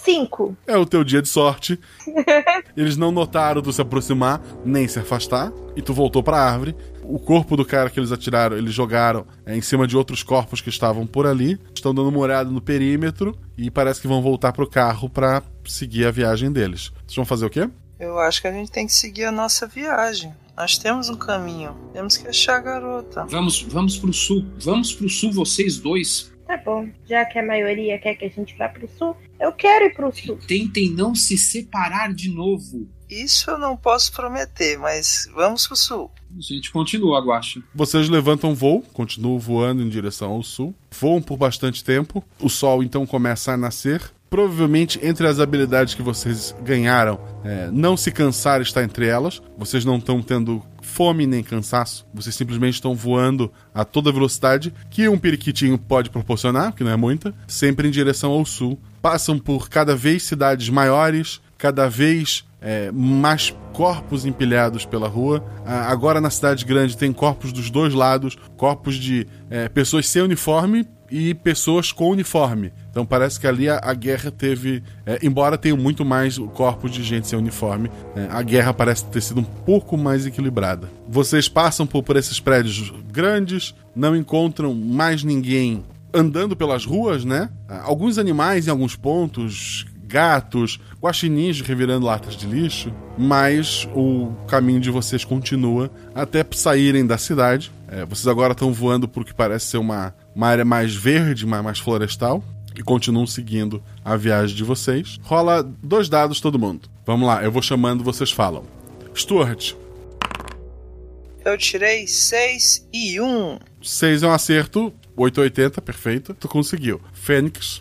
5. É o teu dia de sorte. Eles não notaram tu se aproximar, nem se afastar, e tu voltou pra árvore. O corpo do cara que eles atiraram, eles jogaram em cima de outros corpos que estavam por ali. Estão dando uma olhada no perímetro e parece que vão voltar pro carro pra seguir a viagem deles. Vocês vão fazer o quê? Eu acho que a gente tem que seguir a nossa viagem. Nós temos um caminho. Temos que achar a garota. Vamos pro sul. Vamos pro sul, vocês dois. Tá bom, já que a maioria quer que a gente vá pro sul, eu quero ir pro sul. Tentem não se separar de novo. Isso eu não posso prometer, mas vamos pro sul. A gente continua, Guaxa. Vocês levantam voo, continuam voando em direção ao sul. Voam por bastante tempo. O sol então começa a nascer. Provavelmente entre as habilidades que vocês ganharam, não se cansar está entre elas. Vocês não estão tendo fome nem cansaço. Vocês simplesmente estão voando a toda velocidade que um periquitinho pode proporcionar, que não é muita, sempre em direção ao sul. Passam por cada vez cidades maiores, cada vez mais corpos empilhados pela rua. Agora na cidade grande tem corpos dos dois lados, corpos de pessoas sem uniforme e pessoas com uniforme. Então parece que ali a guerra teve... embora tenha muito mais corpos de gente sem uniforme, a guerra parece ter sido um pouco mais equilibrada. Vocês passam por esses prédios grandes, não encontram mais ninguém andando pelas ruas, né? Alguns animais em alguns pontos... gatos, guaxinins revirando latas de lixo, mas o caminho de vocês continua até saírem da cidade. Vocês agora estão voando por o que parece ser uma área mais verde, mais florestal, e continuam seguindo a viagem de vocês. Rola 2 dados todo mundo. Vamos lá, eu vou chamando, vocês falam. Stuart. Eu tirei 6 e 1. 6 é um acerto, 8,80, perfeito. Tu conseguiu. Fênix.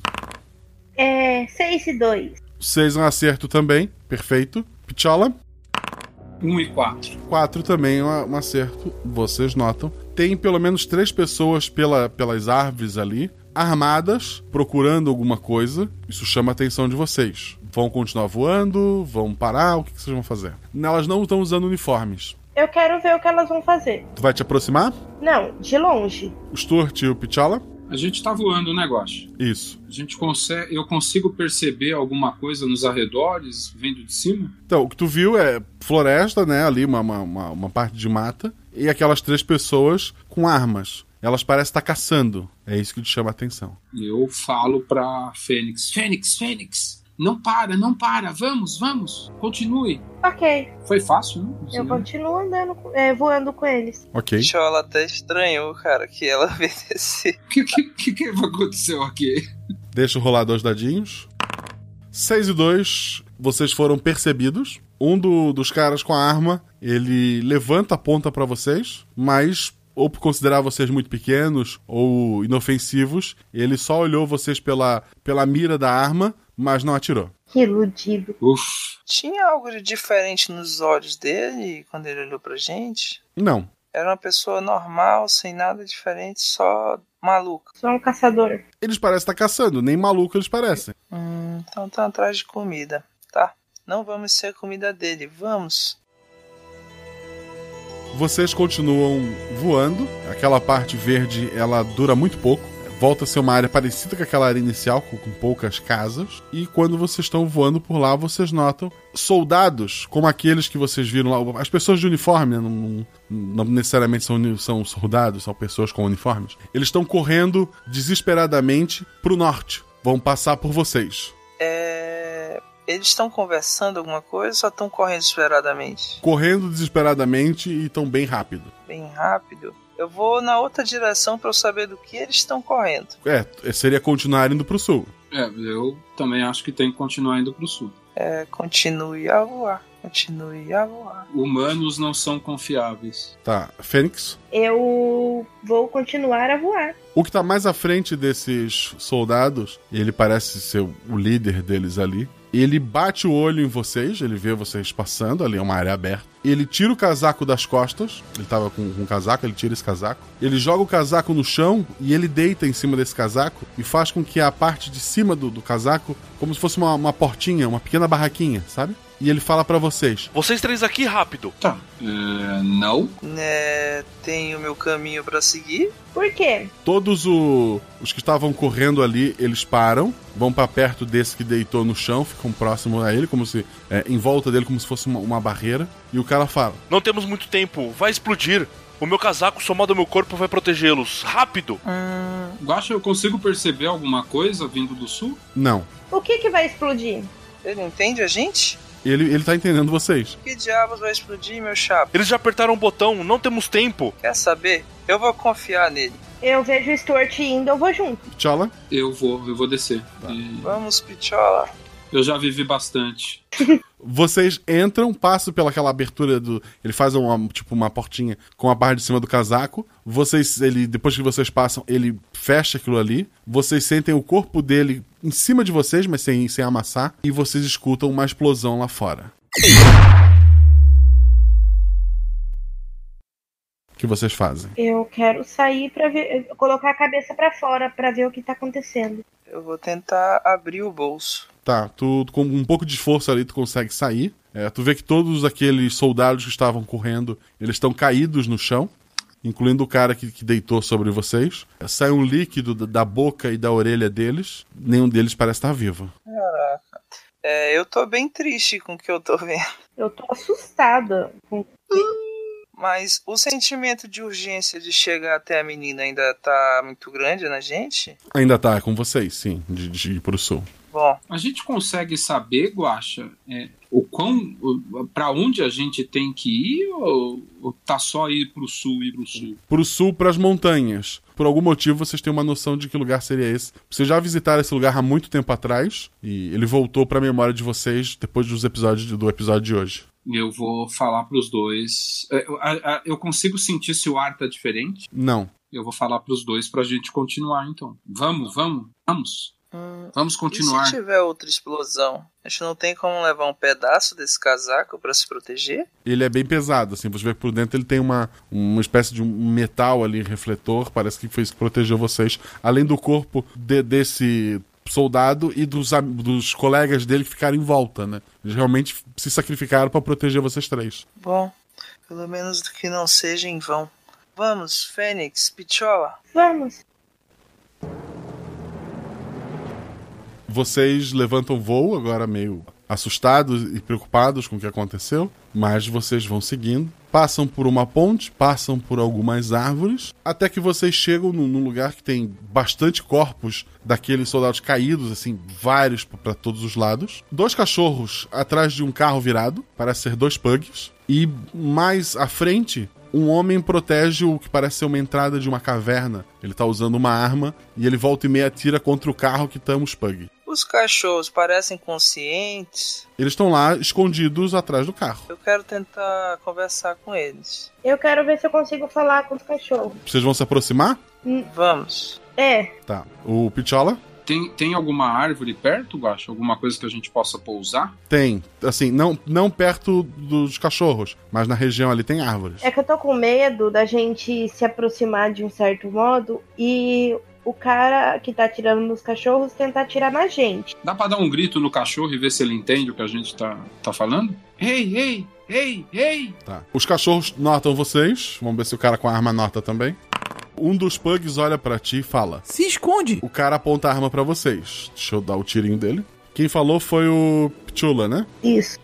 6 e 2. 6 é um acerto também, perfeito. Pichola. 1 e 4. 4 também é um acerto, vocês notam. Tem pelo menos 3 pessoas pelas árvores ali, armadas, procurando alguma coisa. Isso chama a atenção de vocês. Vão continuar voando? Vão parar? O que vocês vão fazer? Elas não estão usando uniformes. Eu quero ver o que elas vão fazer. Tu vai te aproximar? Não, de longe. O Stuart e o Pichola? A gente tá voando o negócio. Isso. Eu consigo perceber alguma coisa nos arredores, vindo de cima? Então, o que tu viu é floresta, né? Ali, uma parte de mata. E aquelas 3 pessoas com armas. Elas parecem estar caçando. É isso que te chama a atenção. Eu falo pra Fênix. Fênix! Não para! Vamos! Continue! Ok. Foi fácil, né? Eu continuo andando, voando com eles. Ok. Ela até estranhou, cara, que ela obedeceu. O que aconteceu aqui? Deixa eu rolar 2 dadinhos. 6 e 2, vocês foram percebidos. Um dos caras com a arma, ele levanta a ponta pra vocês, mas... ou por considerar vocês muito pequenos ou inofensivos, ele só olhou vocês pela mira da arma, mas não atirou. Que iludido. Tinha algo de diferente nos olhos dele quando ele olhou pra gente? Não. Era uma pessoa normal, sem nada diferente, só maluca. Só um caçador. Eles parecem estar caçando, nem maluco eles parecem. Então estão atrás de comida. Tá, não vamos ser a comida dele, vamos. Vocês continuam voando. Aquela parte verde, ela dura muito pouco. Volta a ser uma área parecida com aquela área inicial, com poucas casas. E quando vocês estão voando por lá, vocês notam soldados, como aqueles que vocês viram lá. As pessoas de uniforme, né? Não necessariamente são soldados, são pessoas com uniformes. Eles estão correndo desesperadamente pro norte. Vão passar por vocês. Eles estão conversando alguma coisa ou só estão correndo desesperadamente? Correndo desesperadamente e estão bem rápido. Bem rápido? Eu vou na outra direção pra eu saber do que eles estão correndo. Seria continuar indo pro sul. Eu também acho que tem que continuar indo pro sul. Continue a voar. Continue a voar. Humanos não são confiáveis. Tá, Fênix? Eu vou continuar a voar. O que tá mais à frente desses soldados, ele parece ser o líder deles ali. Ele bate o olho em vocês, ele vê vocês passando, ali é uma área aberta. Ele tira o casaco das costas, ele tava com um casaco, ele tira esse casaco. Ele joga o casaco no chão e ele deita em cima desse casaco e faz com que a parte de cima do casaco, como se fosse uma portinha, uma pequena barraquinha, sabe? e ele fala pra vocês. Vocês três aqui, rápido. Tá. Não. Tenho meu caminho pra seguir. Por quê? Todos os que estavam correndo ali, eles param, vão pra perto desse que deitou no chão, ficam próximo a ele, como se em volta dele, como se fosse uma barreira. E o cara fala: não temos muito tempo, vai explodir. O meu casaco somado ao meu corpo vai protegê-los. Rápido! Guaxa, eu consigo perceber alguma coisa vindo do sul? Não. O que vai explodir? Ele entende a gente? Ele tá entendendo vocês. Que diabos vai explodir, meu chapa? Eles já apertaram o botão, não temos tempo. Quer saber? Eu vou confiar nele. Eu vejo o Stuart indo, eu vou junto. Pichola? Eu vou descer. Tá. Vamos, Pichola. Eu já vivi bastante. Vocês entram, passam pelaquela abertura do... Ele faz uma portinha com a barra de cima do casaco. Depois que vocês passam, ele fecha aquilo ali. Vocês sentem o corpo dele em cima de vocês, mas sem amassar. E vocês escutam uma explosão lá fora. O que vocês fazem? Eu quero sair pra ver, colocar a cabeça pra fora pra ver o que tá acontecendo. Eu vou tentar abrir o bolso. Tá, tu com um pouco de esforço ali tu consegue sair. Tu vê que todos aqueles soldados que estavam correndo, eles estão caídos no chão, incluindo o cara que deitou sobre vocês. Sai um líquido da boca e da orelha deles. Nenhum deles parece estar vivo. Caraca. Eu tô bem triste com o que eu tô vendo. Eu tô assustada com... Mas o sentimento de urgência de chegar até a menina ainda tá muito grande na gente? Ainda tá com vocês, sim, de ir pro sul. Bom, a gente consegue saber, Guaxa, pra onde a gente tem que ir ou tá só ir pro sul? Pro sul, pras montanhas. Por algum motivo vocês têm uma noção de que lugar seria esse. Vocês já visitaram esse lugar há muito tempo atrás e ele voltou pra memória de vocês depois do episódio de hoje. Eu vou falar pros dois. Eu consigo sentir se o ar tá diferente? Não. Eu vou falar pros dois pra gente continuar, então. Vamos. Vamos continuar. E se tiver outra explosão? A gente não tem como levar um pedaço desse casaco pra se proteger? Ele é bem pesado, assim. Você vê que por dentro ele tem uma espécie de um metal ali, refletor. Parece que foi isso que protegeu vocês. Além do corpo desse soldado e dos colegas dele que ficaram em volta, né? Eles realmente se sacrificaram pra proteger vocês três. Bom, pelo menos que não seja em vão. Vamos, Fênix, Pichola. Vamos. Vocês levantam voo, agora meio assustados e preocupados com o que aconteceu, mas vocês vão seguindo. Passam por uma ponte, passam por algumas árvores, até que vocês chegam num lugar que tem bastante corpos daqueles soldados caídos, assim, vários para todos os lados. 2 cachorros atrás de um carro virado, parece ser 2 pugs. E mais à frente, um homem protege o que parece ser uma entrada de uma caverna. Ele tá usando uma arma e ele volta e meia atira contra o carro que tamo os pug. Os cachorros parecem conscientes? Eles estão lá escondidos atrás do carro. Eu quero tentar conversar com eles. Eu quero ver se eu consigo falar com os cachorros. Vocês vão se aproximar? Vamos. Tá. O Pichola? Tem alguma árvore perto, Guaxa? Alguma coisa que a gente possa pousar? Tem. Assim, não perto dos cachorros, mas na região ali tem árvores. É que eu tô com medo da gente se aproximar de um certo modo e o cara que tá atirando nos cachorros tentar atirar na gente. Dá pra dar um grito no cachorro e ver se ele entende o que a gente tá falando? Ei! Tá. Os cachorros notam vocês. Vamos ver se o cara com a arma nota também. Um dos pugs olha pra ti e fala: se esconde! O cara aponta a arma pra vocês. Deixa eu dar o tirinho dele. Quem falou foi o Pichola, né? Isso.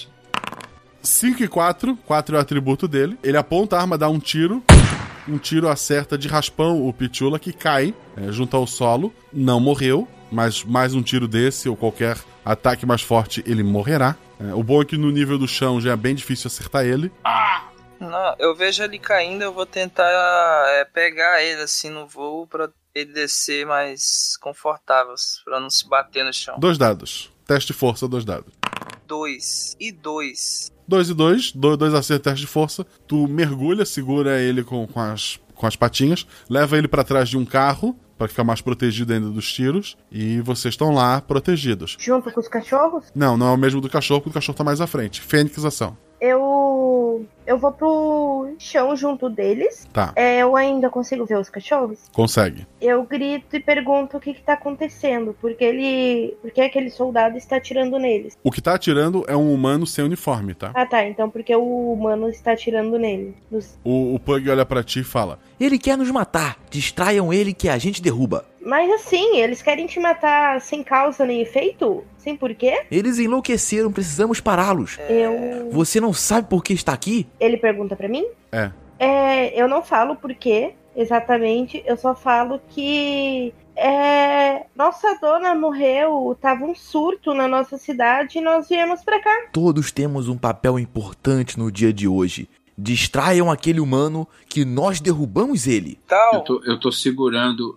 5 e 4. 4 é o atributo dele. Ele aponta a arma, dá um tiro. Um tiro acerta de raspão o Pichola, que cai junto ao solo. Não morreu, mas mais um tiro desse ou qualquer ataque mais forte, ele morrerá. O bom é que no nível do chão já é bem difícil acertar ele. Não, eu vejo ele caindo, eu vou tentar pegar ele assim no voo pra ele descer mais confortável, pra não se bater no chão. 2 dados. Teste de força, 2 dados. 2 e 2. 2 e 2. 2 acertos, teste de força. Tu mergulha, segura ele com as patinhas, leva ele pra trás de um carro, pra ficar mais protegido ainda dos tiros, e vocês estão lá protegidos. Junto com os cachorros? Não é o mesmo do cachorro, porque o cachorro tá mais à frente. Fênix, ação. eu vou pro chão junto deles. Tá. Eu ainda consigo ver os cachorros? Consegue. Eu grito e pergunto o que tá acontecendo. Porque aquele soldado está atirando neles. O que tá atirando é um humano sem uniforme, tá? Ah, tá. Então porque o humano está atirando nele. O Pug olha pra ti e fala: Ele quer nos matar. Distraiam ele que a gente derruba. Mas assim, eles querem te matar sem causa nem efeito? Sem porquê? Eles enlouqueceram, precisamos pará-los. Você não sabe por que está aqui? Ele pergunta pra mim? É. Eu não falo por quê, exatamente. Eu só falo que... nossa dona morreu, tava um surto na nossa cidade e nós viemos pra cá. Todos temos um papel importante no dia de hoje. Distraiam aquele humano que nós derrubamos ele. Eu tô segurando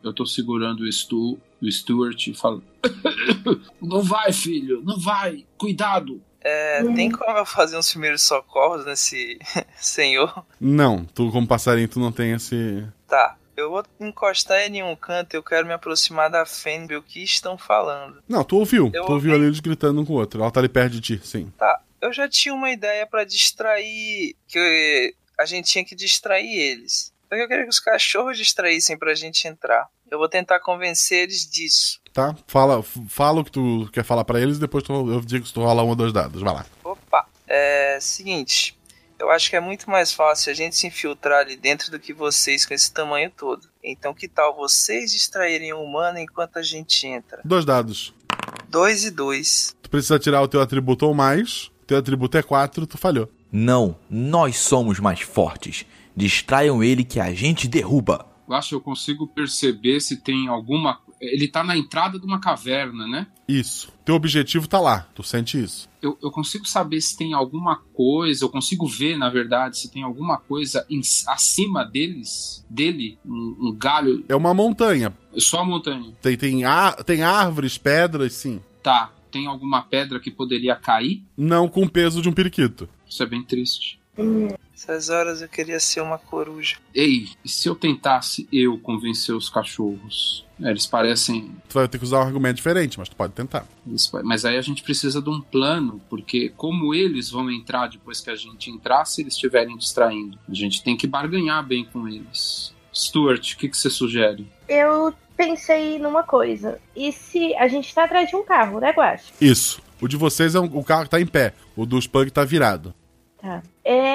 o Stuart e falo: não vai, filho, não vai, cuidado. Tem como eu fazer uns primeiros socorros nesse senhor? Não, tu como passarinho, tu não tem esse... Tá, eu vou encostar ele em um canto, eu quero me aproximar da Fênix, ver o que estão falando. Não, tu ouviu ali eles gritando um com o outro, ela tá ali perto de ti, sim. Tá. Eu já tinha uma ideia pra distrair, que a gente tinha que distrair eles. Só que eu queria que os cachorros distraíssem pra gente entrar. Eu vou tentar convencer eles disso. Tá, fala o que tu quer falar pra eles e depois eu digo se tu rola 1 ou 2 dados, vai lá. Opa, seguinte, eu acho que é muito mais fácil a gente se infiltrar ali dentro do que vocês com esse tamanho todo. Então que tal vocês distraírem o humano enquanto a gente entra? 2 dados. 2 e 2. Tu precisa tirar o teu atributo ou mais. Teu atributo é 4, tu falhou. Não, nós somos mais fortes. Distraiam ele que a gente derruba. Eu acho que eu consigo perceber se tem alguma... Ele tá na entrada de uma caverna, né? Isso. Teu objetivo tá lá, tu sente isso. Eu consigo saber se tem alguma coisa, eu consigo ver, na verdade, se tem alguma coisa acima dele, um galho. É uma montanha. É só a montanha. Tem árvores, pedras, sim. Tá. Tem alguma pedra que poderia cair? Não com o peso de um periquito. Isso é bem triste. Essas horas eu queria ser uma coruja. Ei, e se eu tentasse convencer os cachorros? Eles parecem... Tu vai ter que usar um argumento diferente, mas tu pode tentar. Mas aí a gente precisa de um plano, porque como eles vão entrar depois que a gente entrar, se eles estiverem distraindo? A gente tem que barganhar bem com eles. Stuart, o que você sugere? Eu pensei numa coisa. E se a gente tá atrás de um carro, né, Guaxa? Isso. O de vocês é o carro que tá em pé. O dos Pug tá virado. Tá.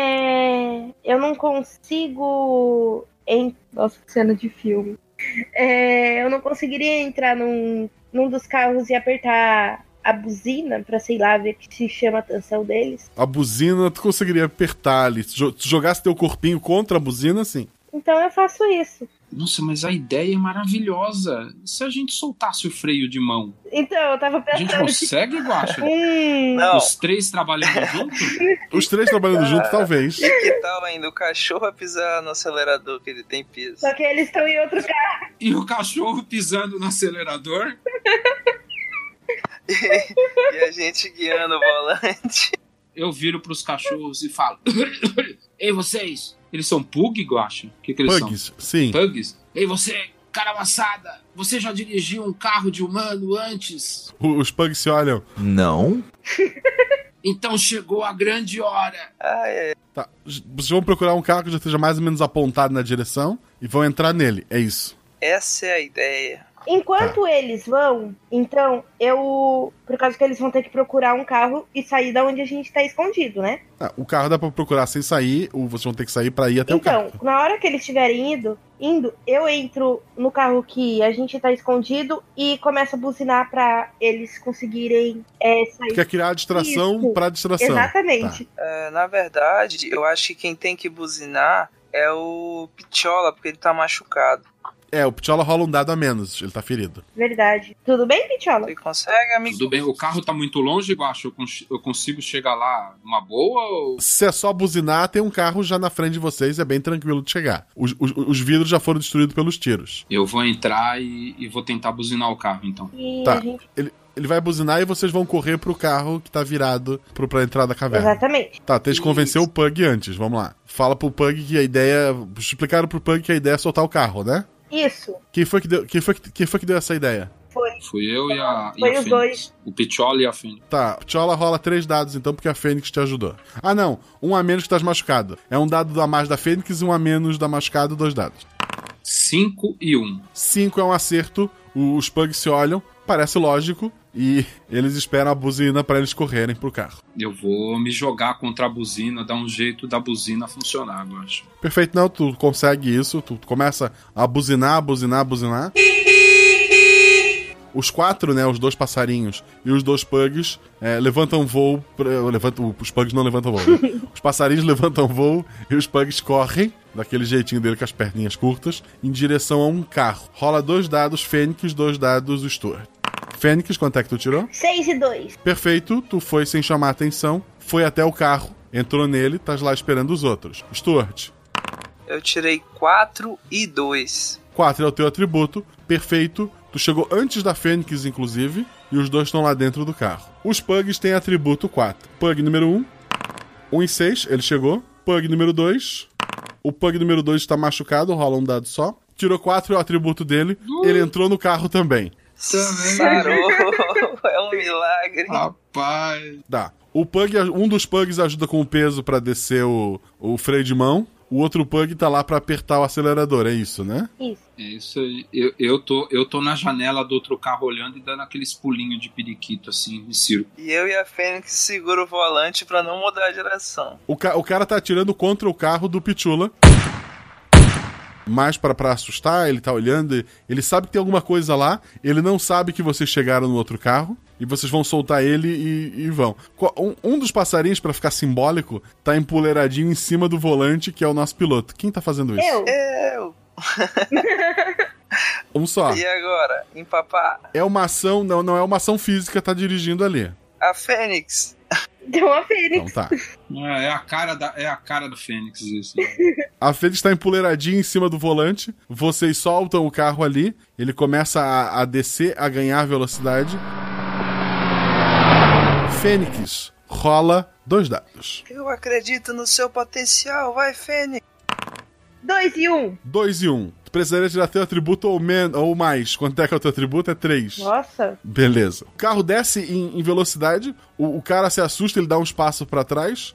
Eu não consigo... Nossa, que cena de filme. Eu não conseguiria entrar num dos carros e apertar a buzina pra, sei lá, ver que se chama a atenção deles. A buzina tu conseguiria apertar ali. Se tu jogasse teu corpinho contra a buzina, sim. Então eu faço isso. Nossa, mas a ideia é maravilhosa. Se a gente soltasse o freio de mão? Então, eu tava pensando... A gente consegue, Guaxa? Não. Os 3 trabalhando junto? Os 3 trabalhando junto, talvez. E que tal ainda o cachorro a pisar no acelerador, que ele tem piso? Só que eles estão em outro carro. E o cachorro pisando no acelerador? E a gente guiando o volante. Eu viro pros cachorros e falo: ei, vocês! Eles são Pug, Guaxa? O que eles Pugs, são? Sim. Pugs? Ei, você, cara amassada! Você já dirigiu um carro de humano antes? Os Pugs se olham. Não. Então chegou a grande hora. Tá. Vocês vão procurar um carro que já esteja mais ou menos apontado na direção e vão entrar nele. É isso. Essa é a ideia. Enquanto eles vão, então, por causa que eles vão ter que procurar um carro e sair da onde a gente tá escondido, né? O carro dá pra procurar sem sair, ou vocês vão ter que sair pra ir até o carro. Então, na hora que eles estiverem indo, eu entro no carro que a gente tá escondido e começo a buzinar pra eles conseguirem sair. Quer criar a distração pra distração. Exatamente. Tá. Na verdade, eu acho que quem tem que buzinar é o Pichola, porque ele tá machucado. O Pichola rola um dado a menos, ele tá ferido. Verdade. Tudo bem, Pichola? Você consegue, amigo? Tudo bem. O carro tá muito longe, Guaxa? Eu consigo chegar lá numa boa ou... Se é só buzinar, tem um carro já na frente de vocês, é bem tranquilo de chegar. Os vidros já foram destruídos pelos tiros. Eu vou entrar e vou tentar buzinar o carro, então. Tá. Ele vai buzinar e vocês vão correr pro carro que tá virado pra entrar da caverna. Exatamente. Tá, tem que convencer o Pug antes, vamos lá. Fala pro Pug que a ideia... Explicaram pro Pug que a ideia é soltar o carro, né? Isso. Quem foi que deu essa ideia? Foi Fui eu e a Foi os Fênix. dois. O Pichola e a Fênix. Tá, Pichola rola 3 dados então, porque a Fênix te ajudou. Ah, não. Um a menos que tá machucado. É um dado a mais da Fênix e um a menos da machucado, 2 dados. 5 e 1. 5 é um acerto. Os pugs se olham, parece lógico, e eles esperam a buzina pra eles correrem pro carro. Eu vou me jogar contra a buzina, dar um jeito da buzina funcionar, eu acho. Perfeito, não, tu consegue isso, tu começa a buzinar. Os 4, né, os 2 passarinhos e os 2 pugs levantam voo. Os pugs não levantam voo. Né? Os passarinhos levantam voo e os pugs correm, daquele jeitinho dele com as perninhas curtas, em direção a um carro. Rola 2 dados Fênix, 2 dados Stuart. Fênix, quanto é que tu tirou? 6 e 2. Perfeito, tu foi sem chamar atenção, foi até o carro, entrou nele, tá lá esperando os outros. Stuart. Eu tirei 4 e 2. 4 é o teu atributo, perfeito. Tu chegou antes da Fênix, inclusive, e os 2 estão lá dentro do carro. Os pugs têm atributo 4. Pug número 1, 1 e 6, ele chegou. Pug número 2, o pug número 2 está machucado, rola um dado só. Tirou 4, é o atributo dele, ele entrou no carro também. Sarou! É um milagre. Rapaz. Dá. Um dos pugs ajuda com o peso pra descer o freio de mão. O outro pug tá lá pra apertar o acelerador, é isso, né? Isso. É isso aí. Eu tô na janela do outro carro olhando e dando aqueles pulinhos de periquito, assim, em círculo. E eu e a Fênix segura o volante pra não mudar a direção. O cara tá atirando contra o carro do Pichula. Mais pra assustar, ele tá olhando, ele sabe que tem alguma coisa lá, ele não sabe que vocês chegaram no outro carro, e vocês vão soltar ele e vão. Um dos passarinhos, pra ficar simbólico, tá empoleiradinho em cima do volante, que é o nosso piloto. Quem tá fazendo isso? Eu! Um só. E agora? Empapar? É uma ação, não é uma ação física, tá dirigindo ali. A Fênix. Deu uma Fênix. Então tá. É a cara do Fênix, isso. A Fênix tá empoleiradinha em cima do volante, vocês soltam o carro ali, ele começa a descer, a ganhar velocidade. Fênix, rola 2 dados. Eu acredito no seu potencial, vai, Fênix. 2 e 1. 2 e 1. Tu precisaria tirar teu atributo ou mais. Quanto é que é o teu atributo? É 3. Nossa. Beleza. O carro desce em velocidade, o cara se assusta, ele dá uns passos pra trás.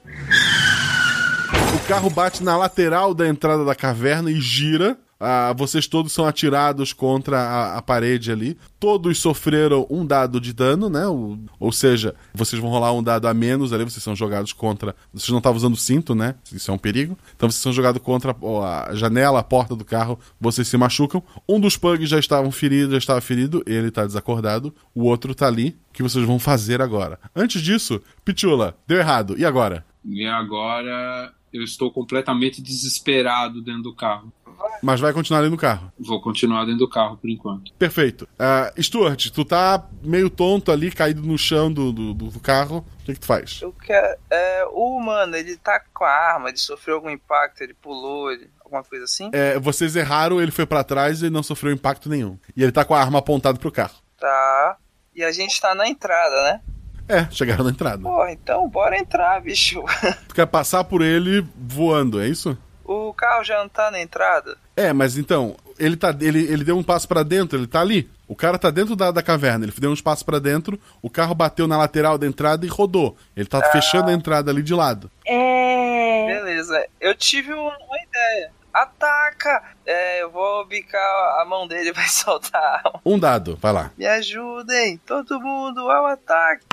O carro bate na lateral da entrada da caverna e gira. Vocês todos são atirados contra a parede ali. Todos sofreram um dado de dano, né? Ou seja, vocês vão rolar um dado a menos ali. Vocês são jogados contra... Vocês não estavam usando cinto, né? Isso é um perigo. Então vocês são jogados contra a janela, a porta do carro. Vocês se machucam. Um dos pugs já estava ferido. Ele tá desacordado. O outro tá ali. O que vocês vão fazer agora? Antes disso, Pichula, deu errado. E agora? E agora eu estou completamente desesperado dentro do carro. Mas vai continuar ali no carro. Vou continuar dentro do carro por enquanto. Perfeito. Stuart, tu tá meio tonto ali, caído no chão do carro. O que tu faz? Eu quero... o humano, ele tá com a arma, ele sofreu algum impacto, ele pulou, alguma coisa assim? Vocês erraram, ele foi pra trás e não sofreu impacto nenhum. E ele tá com a arma apontada pro carro. Tá. E a gente tá na entrada, né? Chegaram na entrada. Porra, então bora entrar, bicho. Tu quer passar por ele voando, é isso? O carro já não tá na entrada? Mas então, ele deu um passo pra dentro, ele tá ali. O cara tá dentro da caverna, ele deu uns passos pra dentro, o carro bateu na lateral da entrada e rodou. Ele tá fechando a entrada ali de lado. Beleza, eu tive uma ideia. Ataca! Eu vou bicar a mão dele e vai soltar. Um dado, vai lá. Me ajudem, todo mundo ao ataque.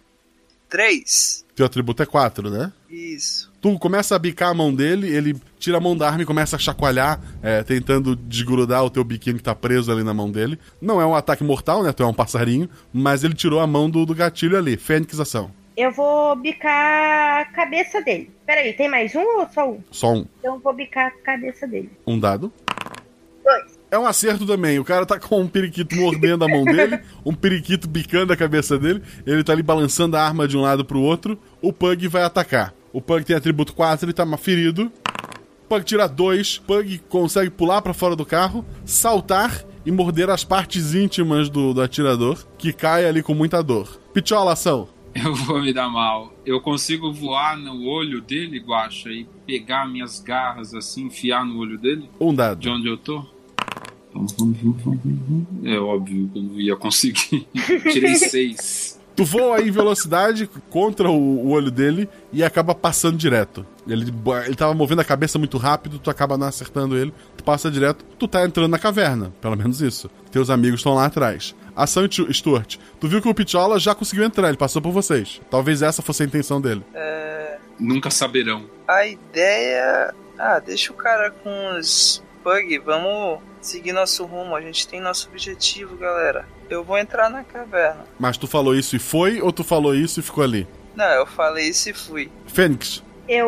3. Teu atributo é 4, né? Isso. Tu começa a bicar a mão dele, ele tira a mão da arma e começa a chacoalhar, tentando desgrudar o teu biquinho que tá preso ali na mão dele. Não é um ataque mortal, né? Tu é um passarinho, mas ele tirou a mão do gatilho ali. Fênix, ação. Eu vou bicar a cabeça dele. Peraí, tem mais um ou só um? Só um. Então eu vou bicar a cabeça dele. Um dado. 2. É um acerto também. O cara tá com um periquito mordendo a mão dele, um periquito bicando a cabeça dele, ele tá ali balançando a arma de um lado pro outro. O Pug vai atacar. O Pug tem atributo 4, ele tá ferido. O Pug tira 2, o Pug consegue pular pra fora do carro, saltar e morder as partes íntimas do atirador, que cai ali com muita dor. Pichola, ação. Eu vou me dar mal. Eu consigo voar no olho dele, Guaxa, e pegar minhas garras assim, enfiar no olho dele? Um dado. De onde eu tô? É óbvio que eu não ia conseguir. Tirei 6. Tu voa aí em velocidade contra o olho dele e acaba passando direto. Ele tava movendo a cabeça muito rápido, tu acaba não acertando ele, tu passa direto, tu tá entrando na caverna, pelo menos isso. Teus amigos estão lá atrás. Ação Stuart, tu viu que o Pichola já conseguiu entrar, ele passou por vocês. Talvez essa fosse a intenção dele. Nunca saberão. A ideia... deixa o cara com os Pug, vamos seguir nosso rumo, a gente tem nosso objetivo, galera. Eu vou entrar na caverna. Mas tu falou isso e foi, ou tu falou isso e ficou ali? Não, eu falei isso e fui. Fênix.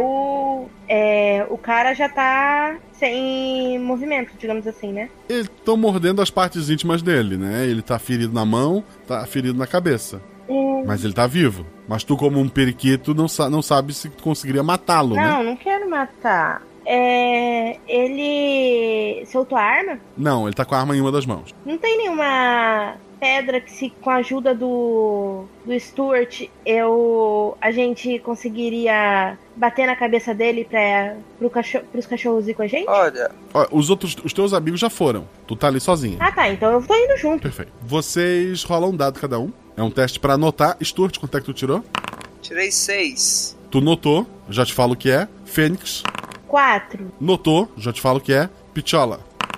O cara já tá sem movimento, digamos assim, né? Eles estão mordendo as partes íntimas dele, né? Ele tá ferido na mão, tá ferido na cabeça. Mas ele tá vivo. Mas tu, como um periquito, não sabe se tu conseguiria matá-lo, né? Não quero matar. Ele soltou a arma? Não, ele tá com a arma em uma das mãos. Não tem nenhuma pedra que, se com a ajuda do Stuart, a gente conseguiria bater na cabeça dele pros cachorros ir com a gente? Olha, os teus amigos já foram. Tu tá ali sozinha. Tá, então eu tô indo junto. Perfeito. Vocês rolam um dado cada um. É um teste pra anotar. Stuart, quanto é que tu tirou? Tirei 6. Tu notou, já te falo o que é. Fênix. 4. Notou, já te falo o que é. Pichola.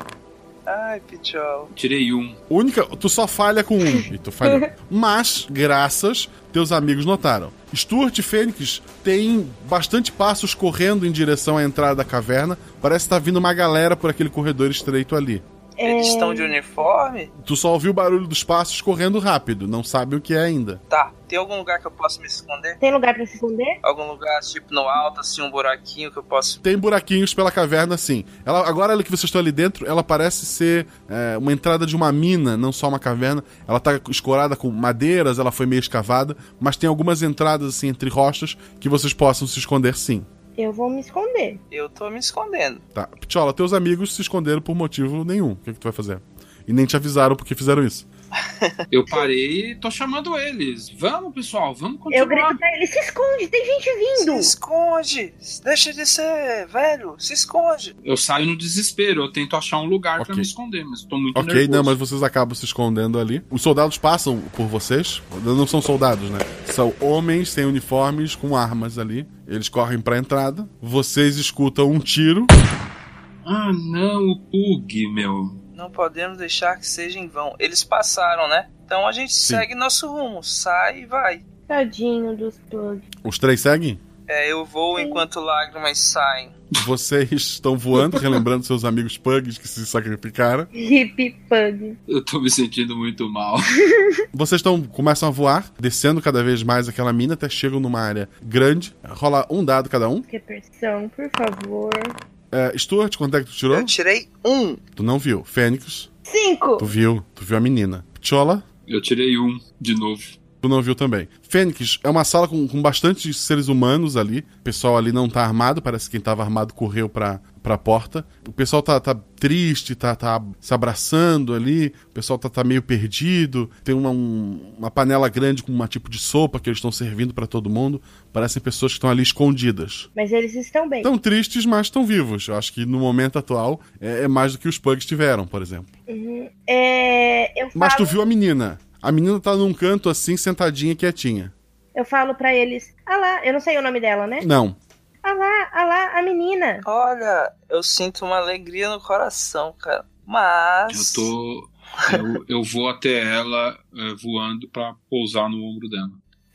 Ai, Pichola. Tirei 1. Tu só falha com 1. E tu falhou. Mas, graças, teus amigos notaram. Stuart e Fênix têm bastante passos correndo em direção à entrada da caverna. Parece que tá vindo uma galera por aquele corredor estreito ali. Eles estão de uniforme? Tu só ouviu o barulho dos passos correndo rápido, não sabe o que é ainda. Tá, tem algum lugar que eu possa me esconder? Tem lugar pra se esconder? Algum lugar, tipo, no alto, assim, um buraquinho que eu posso... Tem buraquinhos pela caverna, sim. Agora que vocês estão ali dentro, ela parece ser uma entrada de uma mina, não só uma caverna. Ela tá escorada com madeiras, ela foi meio escavada, mas tem algumas entradas, assim, entre rochas que vocês possam se esconder, sim. Eu vou me esconder. Eu tô me escondendo. Tá. Pichola, teus amigos se esconderam por motivo nenhum. O que tu vai fazer? E nem te avisaram porque fizeram isso. Eu parei e tô chamando eles. Vamos, pessoal, vamos continuar. Eu grito pra eles, se esconde, tem gente vindo. Se esconde, deixa de ser velho, se esconde. Eu saio no desespero, eu tento achar um lugar pra me esconder, mas tô muito nervoso. Não, mas vocês acabam se escondendo ali. Os soldados passam por vocês, não são soldados, né? São homens sem uniformes, com armas ali. Eles correm pra entrada, vocês escutam um tiro. Ah, não, o Pug, meu... Não podemos deixar que seja em vão. Eles passaram, né? Então a gente segue nosso rumo. Sai e vai. Tadinho dos Pug. Os 3 seguem? Eu vou enquanto lágrimas saem. Vocês estão voando, relembrando seus amigos Pugs que se sacrificaram. Hip Pug. Eu tô me sentindo muito mal. Vocês começam a voar, descendo cada vez mais aquela mina, até chegam numa área grande. Rola um dado cada um. Repressão, por favor. Stuart, quanto é que tu tirou? Eu tirei 1. Tu não viu. Fênix? 5. Tu viu a menina. Pichola? Eu tirei 1, de novo. Tu não viu também. Fênix é uma sala com bastante seres humanos ali. O pessoal ali não tá armado, parece que quem tava armado correu pra porta. O pessoal tá triste, tá se abraçando ali. O pessoal tá meio perdido. Tem uma panela grande com um tipo de sopa que eles estão servindo pra todo mundo. Parecem pessoas que estão ali escondidas. Mas eles estão bem. Estão tristes, mas estão vivos. Eu acho que no momento atual é mais do que os Pugs tiveram, por exemplo. Uhum. Mas tu viu a menina. A menina tá num canto assim, sentadinha, quietinha. Eu falo pra eles, lá, eu não sei o nome dela, né? Não. Lá, a menina. Olha, eu sinto uma alegria no coração, cara. Mas... Eu vou até ela voando pra pousar no ombro dela.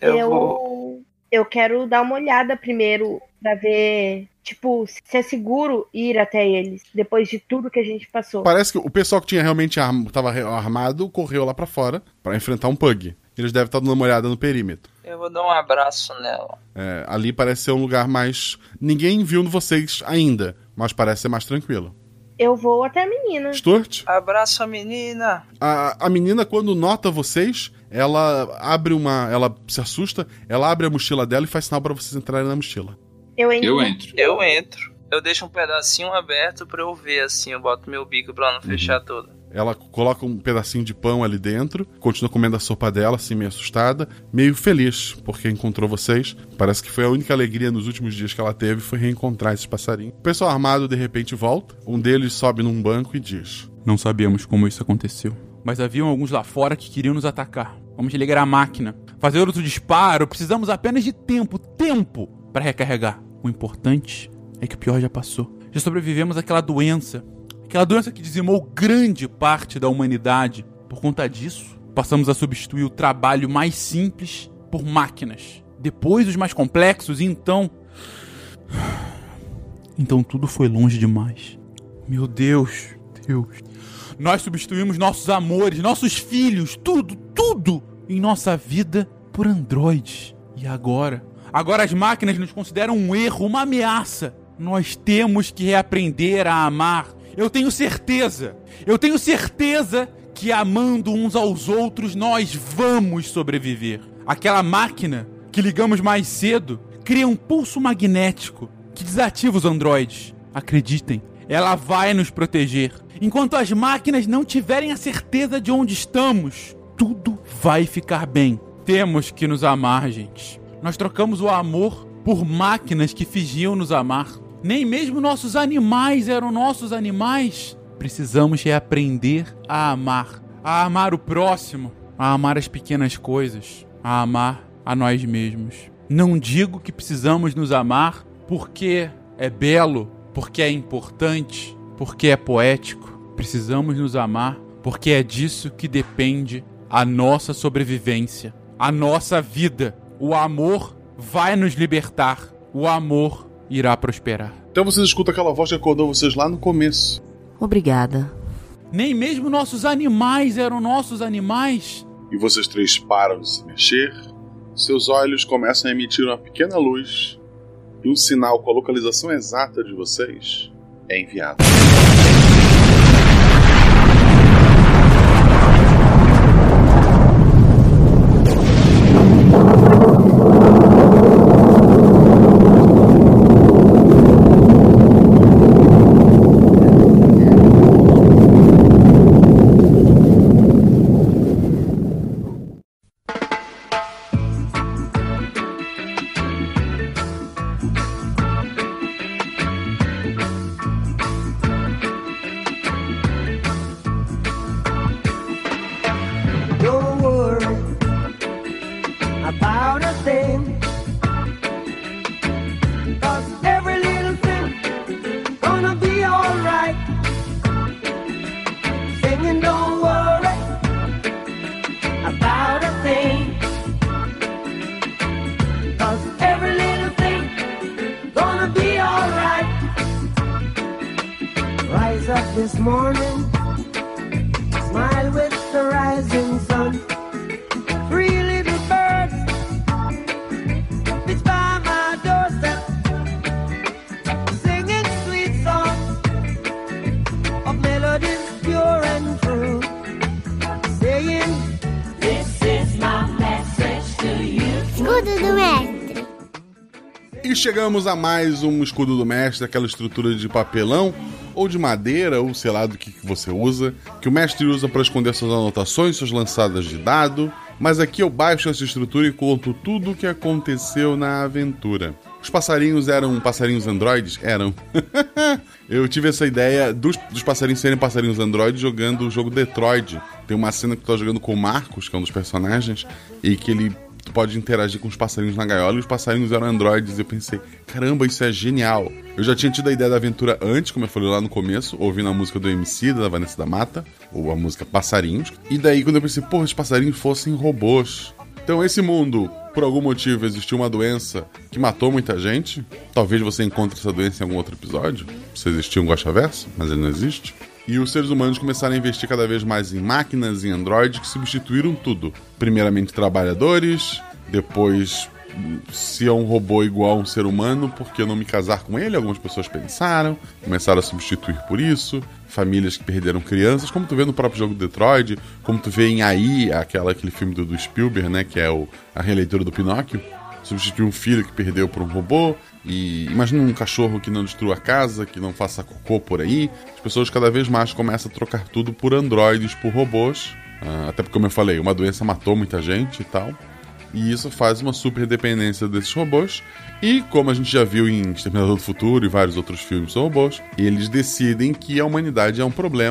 Eu quero dar uma olhada primeiro pra ver, tipo, se é seguro ir até eles, depois de tudo que a gente passou. Parece que o pessoal que tinha realmente tava armado correu lá pra fora pra enfrentar um Pug. Eles devem estar dando uma olhada no perímetro. Eu vou dar um abraço nela. Ali parece ser um lugar mais... Ninguém viu vocês ainda, mas parece ser mais tranquilo. Eu vou até a menina. Stuart? Abraço a menina. A menina, quando nota vocês, ela ela se assusta, ela abre a mochila dela e faz sinal pra vocês entrarem na mochila. Eu entro. Eu entro. Eu deixo um pedacinho aberto pra eu ver, assim. Eu boto meu bico pra não fechar toda. Ela coloca um pedacinho de pão ali dentro, continua comendo a sopa dela, assim, meio assustada, meio feliz, porque encontrou vocês. Parece que foi a única alegria nos últimos dias que ela teve, foi reencontrar esses passarinhos. O pessoal armado, de repente, volta. Um deles sobe num banco e diz: Não sabemos como isso aconteceu, mas haviam alguns lá fora que queriam nos atacar. Vamos ligar a máquina, fazer outro disparo, precisamos apenas de tempo para recarregar. O importante é que o pior já passou. Já sobrevivemos àquela doença que dizimou grande parte da humanidade. Por conta disso, passamos a substituir o trabalho mais simples por máquinas. Depois os mais complexos e então tudo foi longe demais. Meu Deus. Nós substituímos nossos amores, nossos filhos, tudo em nossa vida por androides. E agora as máquinas nos consideram um erro, uma ameaça. Nós temos que reaprender a amar. Eu tenho certeza que amando uns aos outros nós vamos sobreviver. Aquela máquina que ligamos mais cedo cria um pulso magnético que desativa os androides. Acreditem, ela vai nos proteger. Enquanto as máquinas não tiverem a certeza de onde estamos, tudo vai ficar bem. Temos que nos amar, gente. Nós trocamos o amor por máquinas que fingiam nos amar. Nem mesmo nossos animais eram nossos animais. Precisamos reaprender a amar o próximo, a amar as pequenas coisas, a amar a nós mesmos. Não digo que precisamos nos amar porque é belo, porque é importante, porque é poético. Precisamos nos amar porque é disso que depende a nossa sobrevivência, a nossa vida. O amor vai nos libertar. O amor irá prosperar. Então vocês escutam aquela voz que acordou vocês lá no começo. Obrigada. Nem mesmo nossos animais eram nossos animais. E vocês três param de se mexer. Seus olhos começam a emitir uma pequena luz. E um sinal com a localização exata de vocês é enviado. This morning, smile with the rising sun. Three little birds, it's by my doorstep, singing sweet songs of melodies pure and true, saying, this is my message to you. Escudo do Mestre. E chegamos a mais um Escudo do Mestre, aquela estrutura de papelão ou de madeira, ou sei lá do que você usa, que o mestre usa para esconder suas anotações, suas lançadas de dado, mas aqui eu baixo essa estrutura e conto tudo o que aconteceu na aventura. Os passarinhos eram passarinhos androides? Eram. Eu tive essa ideia dos passarinhos serem passarinhos androides jogando o jogo Detroit. Tem uma cena que tu tá jogando com o Marcos, que é um dos personagens, e que ele pode interagir com os passarinhos na gaiola, e os passarinhos eram androides. E eu pensei, caramba, isso é genial. Eu já tinha tido a ideia da aventura antes, como eu falei lá no começo, ouvindo a música do MC, da Vanessa da Mata, ou a música Passarinhos. E daí quando eu pensei, porra, os passarinhos fossem robôs. Então esse mundo, por algum motivo, existiu uma doença que matou muita gente. Talvez você encontre essa doença em algum outro episódio. Se existia um Guaxaverso, mas ele não existe. E os seres humanos começaram a investir cada vez mais em máquinas, em androides, que substituíram tudo. Primeiramente trabalhadores, depois, se é um robô igual a um ser humano, por que eu não me casar com ele? Algumas pessoas pensaram, começaram a substituir por isso. Famílias que perderam crianças, como tu vê no próprio jogo Detroit, como tu vê em AI, aquele filme do Spielberg, né, que é a releitura do Pinóquio. Substituir um filho que perdeu por um robô. E imagina um cachorro que não destrua a casa, que não faça cocô por aí. As pessoas cada vez mais começam a trocar tudo por androides, por robôs. Até porque, como eu falei, uma doença matou muita gente e tal. E isso faz uma super dependência desses robôs. E como a gente já viu em Exterminador do Futuro e vários outros filmes sobre robôs, eles decidem que a humanidade é um problema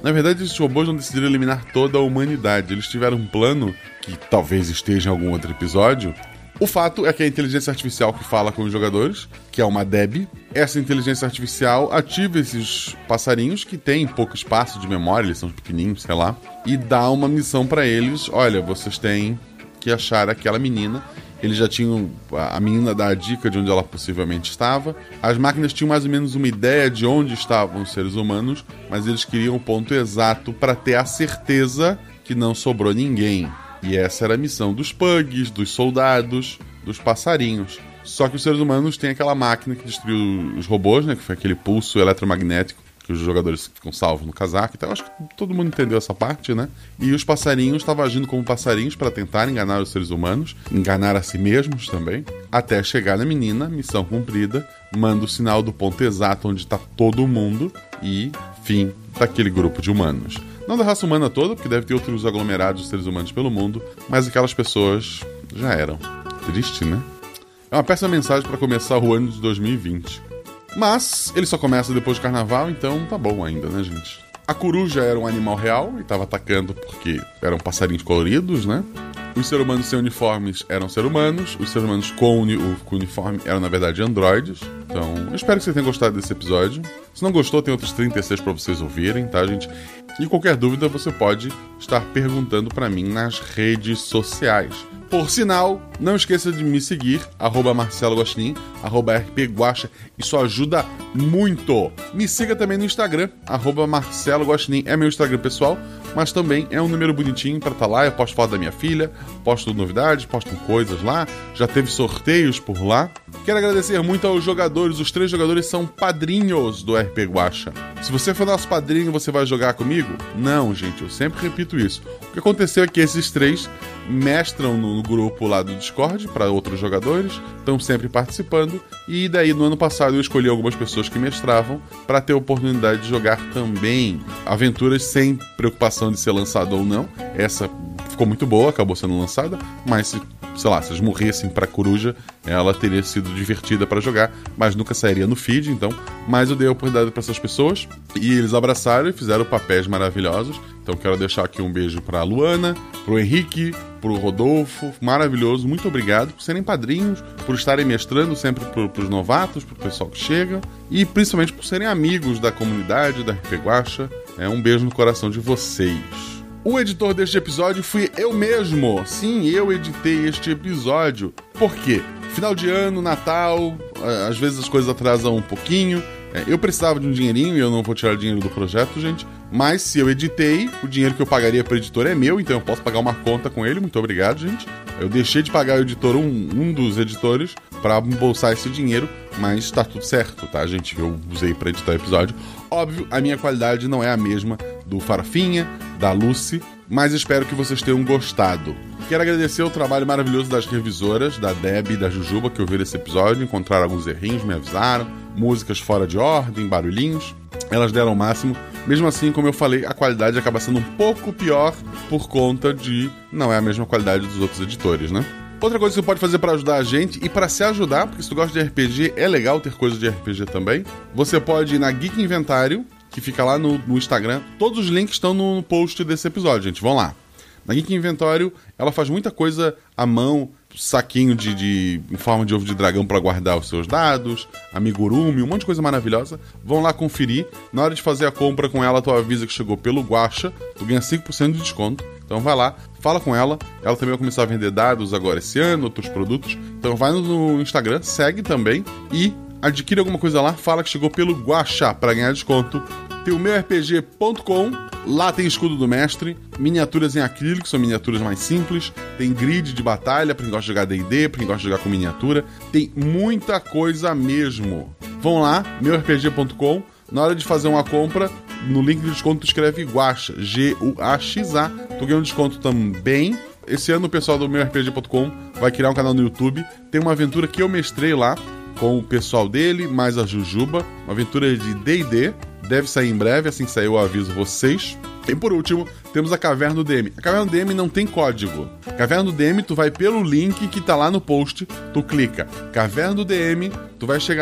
Na verdade, esses robôs não decidiram eliminar toda a humanidade. Eles tiveram um plano, que talvez esteja em algum outro episódio. O fato é que a inteligência artificial que fala com os jogadores, que é uma Deb, essa inteligência artificial ativa esses passarinhos que têm pouco espaço de memória, eles são pequenininhos, sei lá, e dá uma missão pra eles: olha, vocês têm que achar aquela menina. Eles já tinham... A menina dá a dica de onde ela possivelmente estava. As máquinas tinham mais ou menos uma ideia de onde estavam os seres humanos, mas eles queriam o ponto exato para ter a certeza que não sobrou ninguém. E essa era a missão dos pugs, dos soldados, dos passarinhos. Só que os seres humanos têm aquela máquina que destruiu os robôs, né? Que foi aquele pulso eletromagnético que os jogadores ficam salvos no casaco. Então acho que todo mundo entendeu essa parte, né? E os passarinhos estavam agindo como passarinhos para tentar enganar os seres humanos, enganar a si mesmos também, até chegar na menina, missão cumprida, manda o sinal do ponto exato onde está todo mundo e fim daquele grupo de humanos. Não da raça humana toda, porque deve ter outros aglomerados de seres humanos pelo mundo, mas aquelas pessoas já eram. Triste, né? É uma péssima mensagem para começar o ano de 2020. Mas ele só começa depois do carnaval, então tá bom ainda, né, gente? A coruja era um animal real e tava atacando porque eram passarinhos coloridos, né? Os seres humanos sem uniformes eram seres humanos. Os seres humanos com uniforme eram, na verdade, androides. Então, eu espero que vocês tenham gostado desse episódio. Se não gostou, tem outros 36 pra vocês ouvirem, tá, gente? E qualquer dúvida, você pode estar perguntando pra mim nas redes sociais. Por sinal, não esqueça de me seguir, @MarceloGuaxinim, @RPGuaxa. Isso ajuda muito. Me siga também no Instagram, @MarceloGuaxinim. É meu Instagram pessoal, mas também é um número bonitinho pra estar lá. Eu posto foto da minha filha, posto novidades, posto coisas lá. Já teve sorteios por lá. Quero agradecer muito aos jogadores. Os 3 jogadores são padrinhos do RP Guaxa. Se você for nosso padrinho, você vai jogar comigo? Não, gente, eu sempre repito isso. O que aconteceu é que esses 3 mestram no grupo lá do Discord para outros jogadores, estão sempre participando, e daí no ano passado eu escolhi algumas pessoas que mestravam para ter a oportunidade de jogar também aventuras sem preocupação de ser lançado ou não. Essa ficou muito boa, acabou sendo lançada, mas se, sei lá, se eles morressem pra coruja, ela teria sido divertida para jogar, mas nunca sairia no feed, então. Mas eu dei a oportunidade para essas pessoas e eles abraçaram e fizeram papéis maravilhosos. Então quero deixar aqui um beijo pra Luana, pro Henrique, pro Rodolfo, maravilhoso, muito obrigado por serem padrinhos, por estarem mestrando sempre pros novatos, pro pessoal que chega, e principalmente por serem amigos da comunidade, da RP Guaxa. Um beijo no coração de vocês. O editor deste episódio fui eu mesmo. Sim, eu editei este episódio. Por quê? Final de ano, Natal, às vezes as coisas atrasam um pouquinho. Eu precisava de um dinheirinho e eu não vou tirar dinheiro do projeto, gente. Mas se eu editei, o dinheiro que eu pagaria para o editor é meu, então eu posso pagar uma conta com ele. Muito obrigado, gente. Eu deixei de pagar o editor, um dos editores, para embolsar esse dinheiro, mas tá tudo certo, tá, gente? Eu usei para editar o episódio. Óbvio, a minha qualidade não é a mesma do Farofinha, da Lucy, mas espero que vocês tenham gostado. Quero agradecer o trabalho maravilhoso das revisoras, da Deb e da Jujuba, que ouviram esse episódio, encontraram alguns errinhos, me avisaram, músicas fora de ordem, barulhinhos. Elas deram o máximo. Mesmo assim, como eu falei, a qualidade acaba sendo um pouco pior por conta de não é a mesma qualidade dos outros editores, né? Outra coisa que você pode fazer para ajudar a gente e para se ajudar, porque se tu gosta de RPG, é legal ter coisas de RPG também, você pode ir na Geek Inventário, que fica lá no Instagram. Todos os links estão no post desse episódio, gente. Vão lá. Na Geek Inventório, ela faz muita coisa à mão, saquinho em forma de ovo de dragão para guardar os seus dados, amigurumi, um monte de coisa maravilhosa. Vão lá conferir. Na hora de fazer a compra com ela, tu avisa que chegou pelo Guaxa, tu ganha 5% de desconto. Então vai lá, fala com ela. Ela também vai começar a vender dados agora esse ano, outros produtos. Então vai no Instagram, segue também e adquire alguma coisa lá, fala que chegou pelo Guaxa para ganhar desconto. Tem o meurpg.com, lá tem escudo do mestre, miniaturas em acrílico, são miniaturas mais simples, tem grid de batalha pra quem gosta de jogar D&D, pra quem gosta de jogar com miniatura, tem muita coisa mesmo. Vão lá, meurpg.com, na hora de fazer uma compra, no link de desconto tu escreve Guaxa, G-U-A-X-A, tu ganha um desconto também. Esse ano o pessoal do meurpg.com vai criar um canal no YouTube, tem uma aventura que eu mestrei lá, com o pessoal dele, mais a Jujuba, uma aventura de D&D, deve sair em breve, assim que sair eu aviso vocês. E por último, temos a Caverna do DM. A Caverna do DM não tem código. Caverna do DM, tu vai pelo link que tá lá no post, tu clica Caverna do DM, tu vai chegar lá,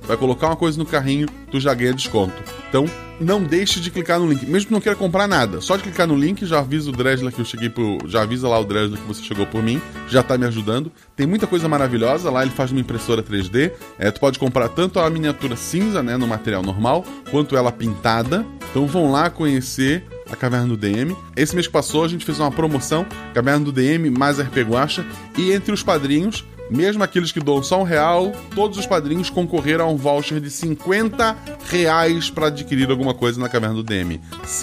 vai colocar uma coisa no carrinho, tu já ganha desconto. Então, não deixe de clicar no link, mesmo que não queira comprar nada. Só de clicar no link, já avisa o Dresler que eu cheguei já avisa lá o Dresler que você chegou por mim, já tá me ajudando. Tem muita coisa maravilhosa, lá ele faz uma impressora 3D. Tu pode comprar tanto a miniatura cinza, né, no material normal, quanto ela pintada. Então vão lá conhecer a Caverna do DM. Esse mês que passou, a gente fez uma promoção, Caverna do DM mais RP Guacha, e entre os padrinhos, mesmo aqueles que doam só R$1, todos os padrinhos concorreram a um voucher de R$50 para adquirir alguma coisa na Caverna do DM.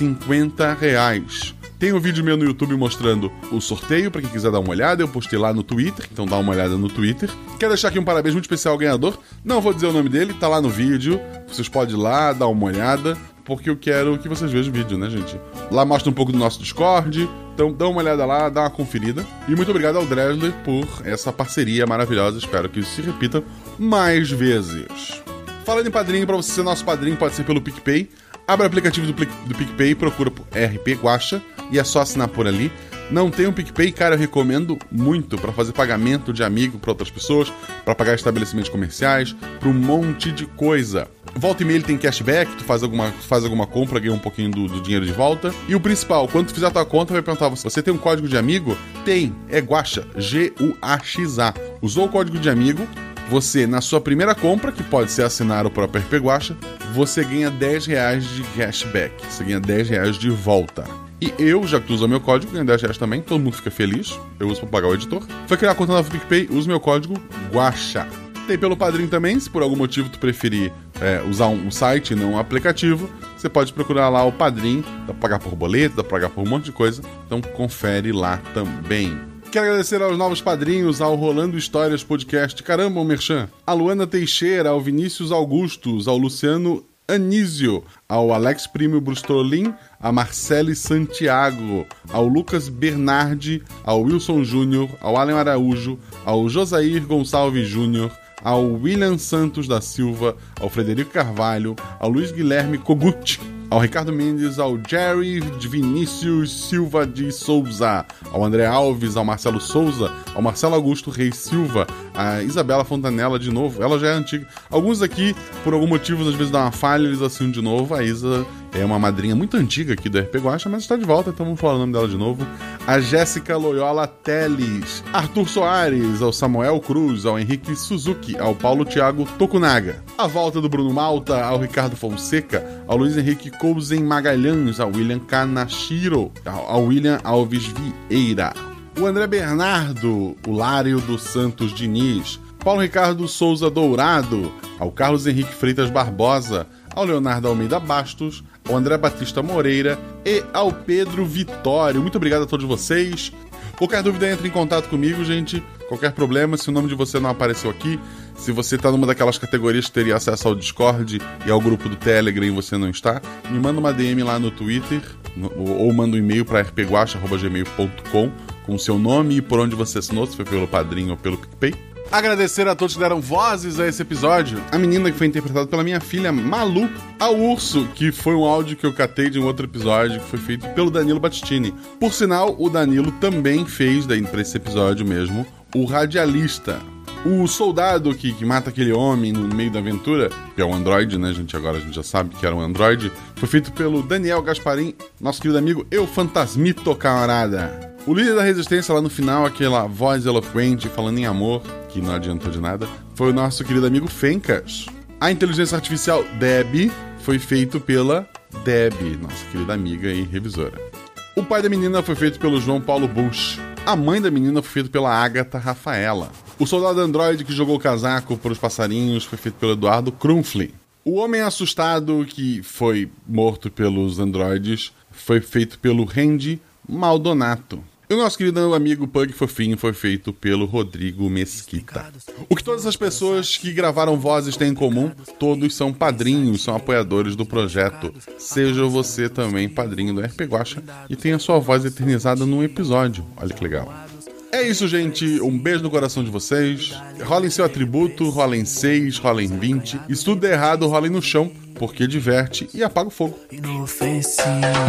R$50. Tem um vídeo meu no YouTube mostrando o sorteio, para quem quiser dar uma olhada. Eu postei lá no Twitter, então dá uma olhada no Twitter. Quero deixar aqui um parabéns muito especial ao ganhador. Não vou dizer o nome dele, tá lá no vídeo. Vocês podem ir lá, dar uma olhada, porque eu quero que vocês vejam o vídeo, né, gente? Lá mostra um pouco do nosso Discord, então dá uma olhada lá, dá uma conferida. E muito obrigado ao Dresler por essa parceria maravilhosa, espero que isso se repita mais vezes. Falando em padrinho, para você ser nosso padrinho, pode ser pelo PicPay. Abre o aplicativo do PicPay, procura por RP Guacha e é só assinar por ali. Não tem um PicPay, cara, eu recomendo muito para fazer pagamento de amigo para outras pessoas, para pagar estabelecimentos comerciais, para um monte de coisa. Volta e meia ele tem cashback, tu faz alguma compra, ganha um pouquinho do dinheiro de volta. E o principal, quando tu fizer a tua conta, vai perguntar, você tem um código de amigo? Tem, é Guacha, G-U-A-X-A. Usou o código de amigo, você, na sua primeira compra, que pode ser assinar o próprio RP Guacha, você ganha R$10 de cashback, você ganha R$10 de volta. E eu, já que tu usa meu código, ganho R$10 também, todo mundo fica feliz, eu uso pra pagar o editor. Foi criar a conta nova do PicPay, usa meu código Guacha. Tem pelo Padrim também, se por algum motivo tu preferir usar um site e não um aplicativo, você pode procurar lá o Padrim, dá pra pagar por boleto, dá pra pagar por um monte de coisa, então confere lá também. Quero agradecer aos novos padrinhos, ao Rolando Histórias Podcast, caramba, o Merchan, a Luana Teixeira, ao Vinícius Augustus, ao Luciano Anísio, ao Alex Primo Brustrolin, a Marcele Santiago, ao Lucas Bernardi, ao Wilson Júnior, ao Alan Araújo, ao Josair Gonçalves Júnior, ao William Santos da Silva, ao Frederico Carvalho, ao Luiz Guilherme Kogut, ao Ricardo Mendes, ao Jerry Vinícius Silva de Souza, ao André Alves, ao Marcelo Souza, ao Marcelo Augusto Reis Silva, a Isabela Fontanella de novo, ela já é antiga. Alguns aqui, por algum motivo, às vezes dá uma falha, eles assinam de novo. A Isa é uma madrinha muito antiga aqui do RP Guacha, mas está de volta, então vamos falar o nome dela de novo. A Jéssica Loyola Teles, Arthur Soares, ao Samuel Cruz, ao Henrique Suzuki, ao Paulo Thiago Tokunaga, a volta do Bruno Malta, ao Ricardo Fonseca, ao Luiz Henrique Cousen Magalhães, ao William Kanashiro, ao William Alves Vieira, o André Bernardo, o Lário dos Santos Diniz, Paulo Ricardo Souza Dourado, ao Carlos Henrique Freitas Barbosa, ao Leonardo Almeida Bastos, ao André Batista Moreira e ao Pedro Vitório. Muito obrigado a todos vocês. Qualquer dúvida, entre em contato comigo, gente. Qualquer problema, se o nome de você não apareceu aqui, se você está numa daquelas categorias que teria acesso ao Discord e ao grupo do Telegram e você não está, me manda uma DM lá no Twitter ou manda um e-mail para rpguacha@gmail.com com o seu nome e por onde você assinou, se foi pelo Padrim ou pelo PicPay. Agradecer a todos que deram vozes a esse episódio. A menina que foi interpretada pela minha filha, Malu. Ao Urso, que foi um áudio que eu catei de um outro episódio, que foi feito pelo Danilo Battistini. Por sinal, o Danilo também fez, daí pra esse episódio mesmo, o Radialista. O soldado que mata aquele homem no meio da aventura, que é um androide, né, gente? Agora a gente já sabe que era um androide. Foi feito pelo Daniel Gasparim, nosso querido amigo Eu Fantasmito, camarada. O líder da resistência lá no final, aquela voz eloquente falando em amor, que não adiantou de nada, foi o nosso querido amigo Fencas. A inteligência artificial Deb foi feito pela Deb, nossa querida amiga e revisora. O pai da menina foi feito pelo João Paulo Bush. A mãe da menina foi feita pela Agatha Rafaela. O soldado androide que jogou o casaco para os passarinhos foi feito pelo Eduardo Krumfli. O homem assustado que foi morto pelos androides foi feito pelo Randy Maldonato. E o nosso querido amigo Pug Fofinho foi feito pelo Rodrigo Mesquita. O que todas as pessoas que gravaram vozes têm em comum, todos são padrinhos, são apoiadores do projeto. Seja você também padrinho do RP Guacha e tenha sua voz eternizada num episódio. Olha que legal. É isso, gente. Um beijo no coração de vocês. Rolem seu atributo, rolem 6, rolem 20. E se tudo der errado, rolem no chão, porque diverte e apaga o fogo. Inofensivos.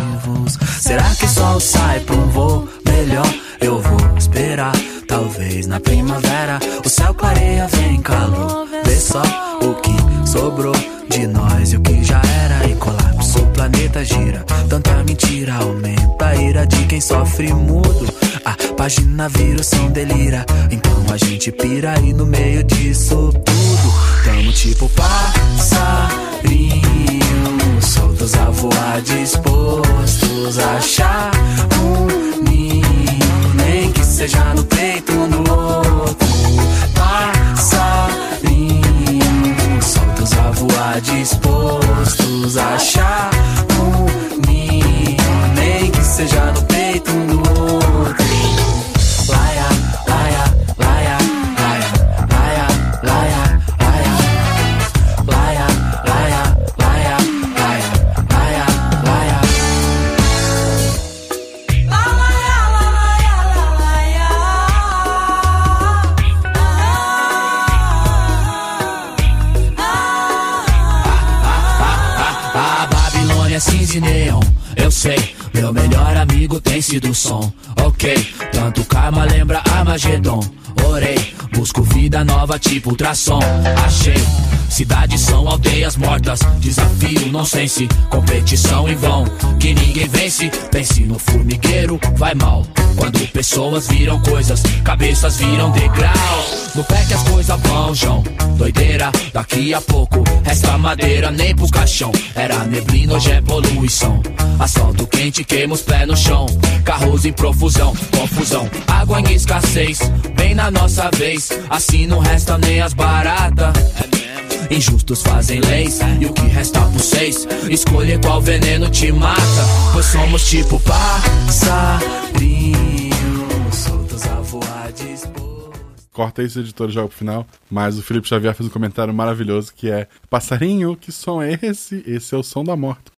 Será que só sai pra um voo melhor? Eu vou esperar. Talvez na primavera o céu clareia, vem calor. Vê só o que sobrou de nós e o que já era em colapso. O planeta gira, tanta mentira aumenta a ira de quem sofre mudo. A página vira, o som delira, então a gente pira e no meio disso tudo tamo tipo passarinhos soltos a voar, dispostos a achar um ninho, nem que seja no peito no outro. Passarinhos soltos a voar, dispostos a achar um ninho, nem que seja no peito no outro. Laia, laia, laia, laia, laia, laia, laia, laia, laia, laia, laia, laia, laia. A Babilônia cinza e neon, eu sei. Meu melhor amigo tem sido som, ok. Tanto karma lembra Armagedon. Orei, busco vida nova tipo ultrassom. Achei, cidades são aldeias mortas. Desafio, nonsense, competição em vão. Que ninguém vence, pense no formigueiro, vai mal. Quando pessoas viram coisas, cabeças viram degrau. No pé que as coisas vão, João. Doideira, daqui a pouco resta madeira nem pro caixão. Era neblina, hoje é poluição. Asfalto quente, queima os pés no chão. Carros em profusão, confusão. Água em escassez, bem na nossa vez. Assim não resta nem as baratas. Injustos fazem leis, e o que resta por seis? Escolher qual veneno te mata. Pois somos tipo passarinhos soltos a voar, dispostos. Corta isso, editor, joga pro final. Mas o Felipe Xavier fez um comentário maravilhoso que é: passarinho, que som é esse? Esse é o som da morte.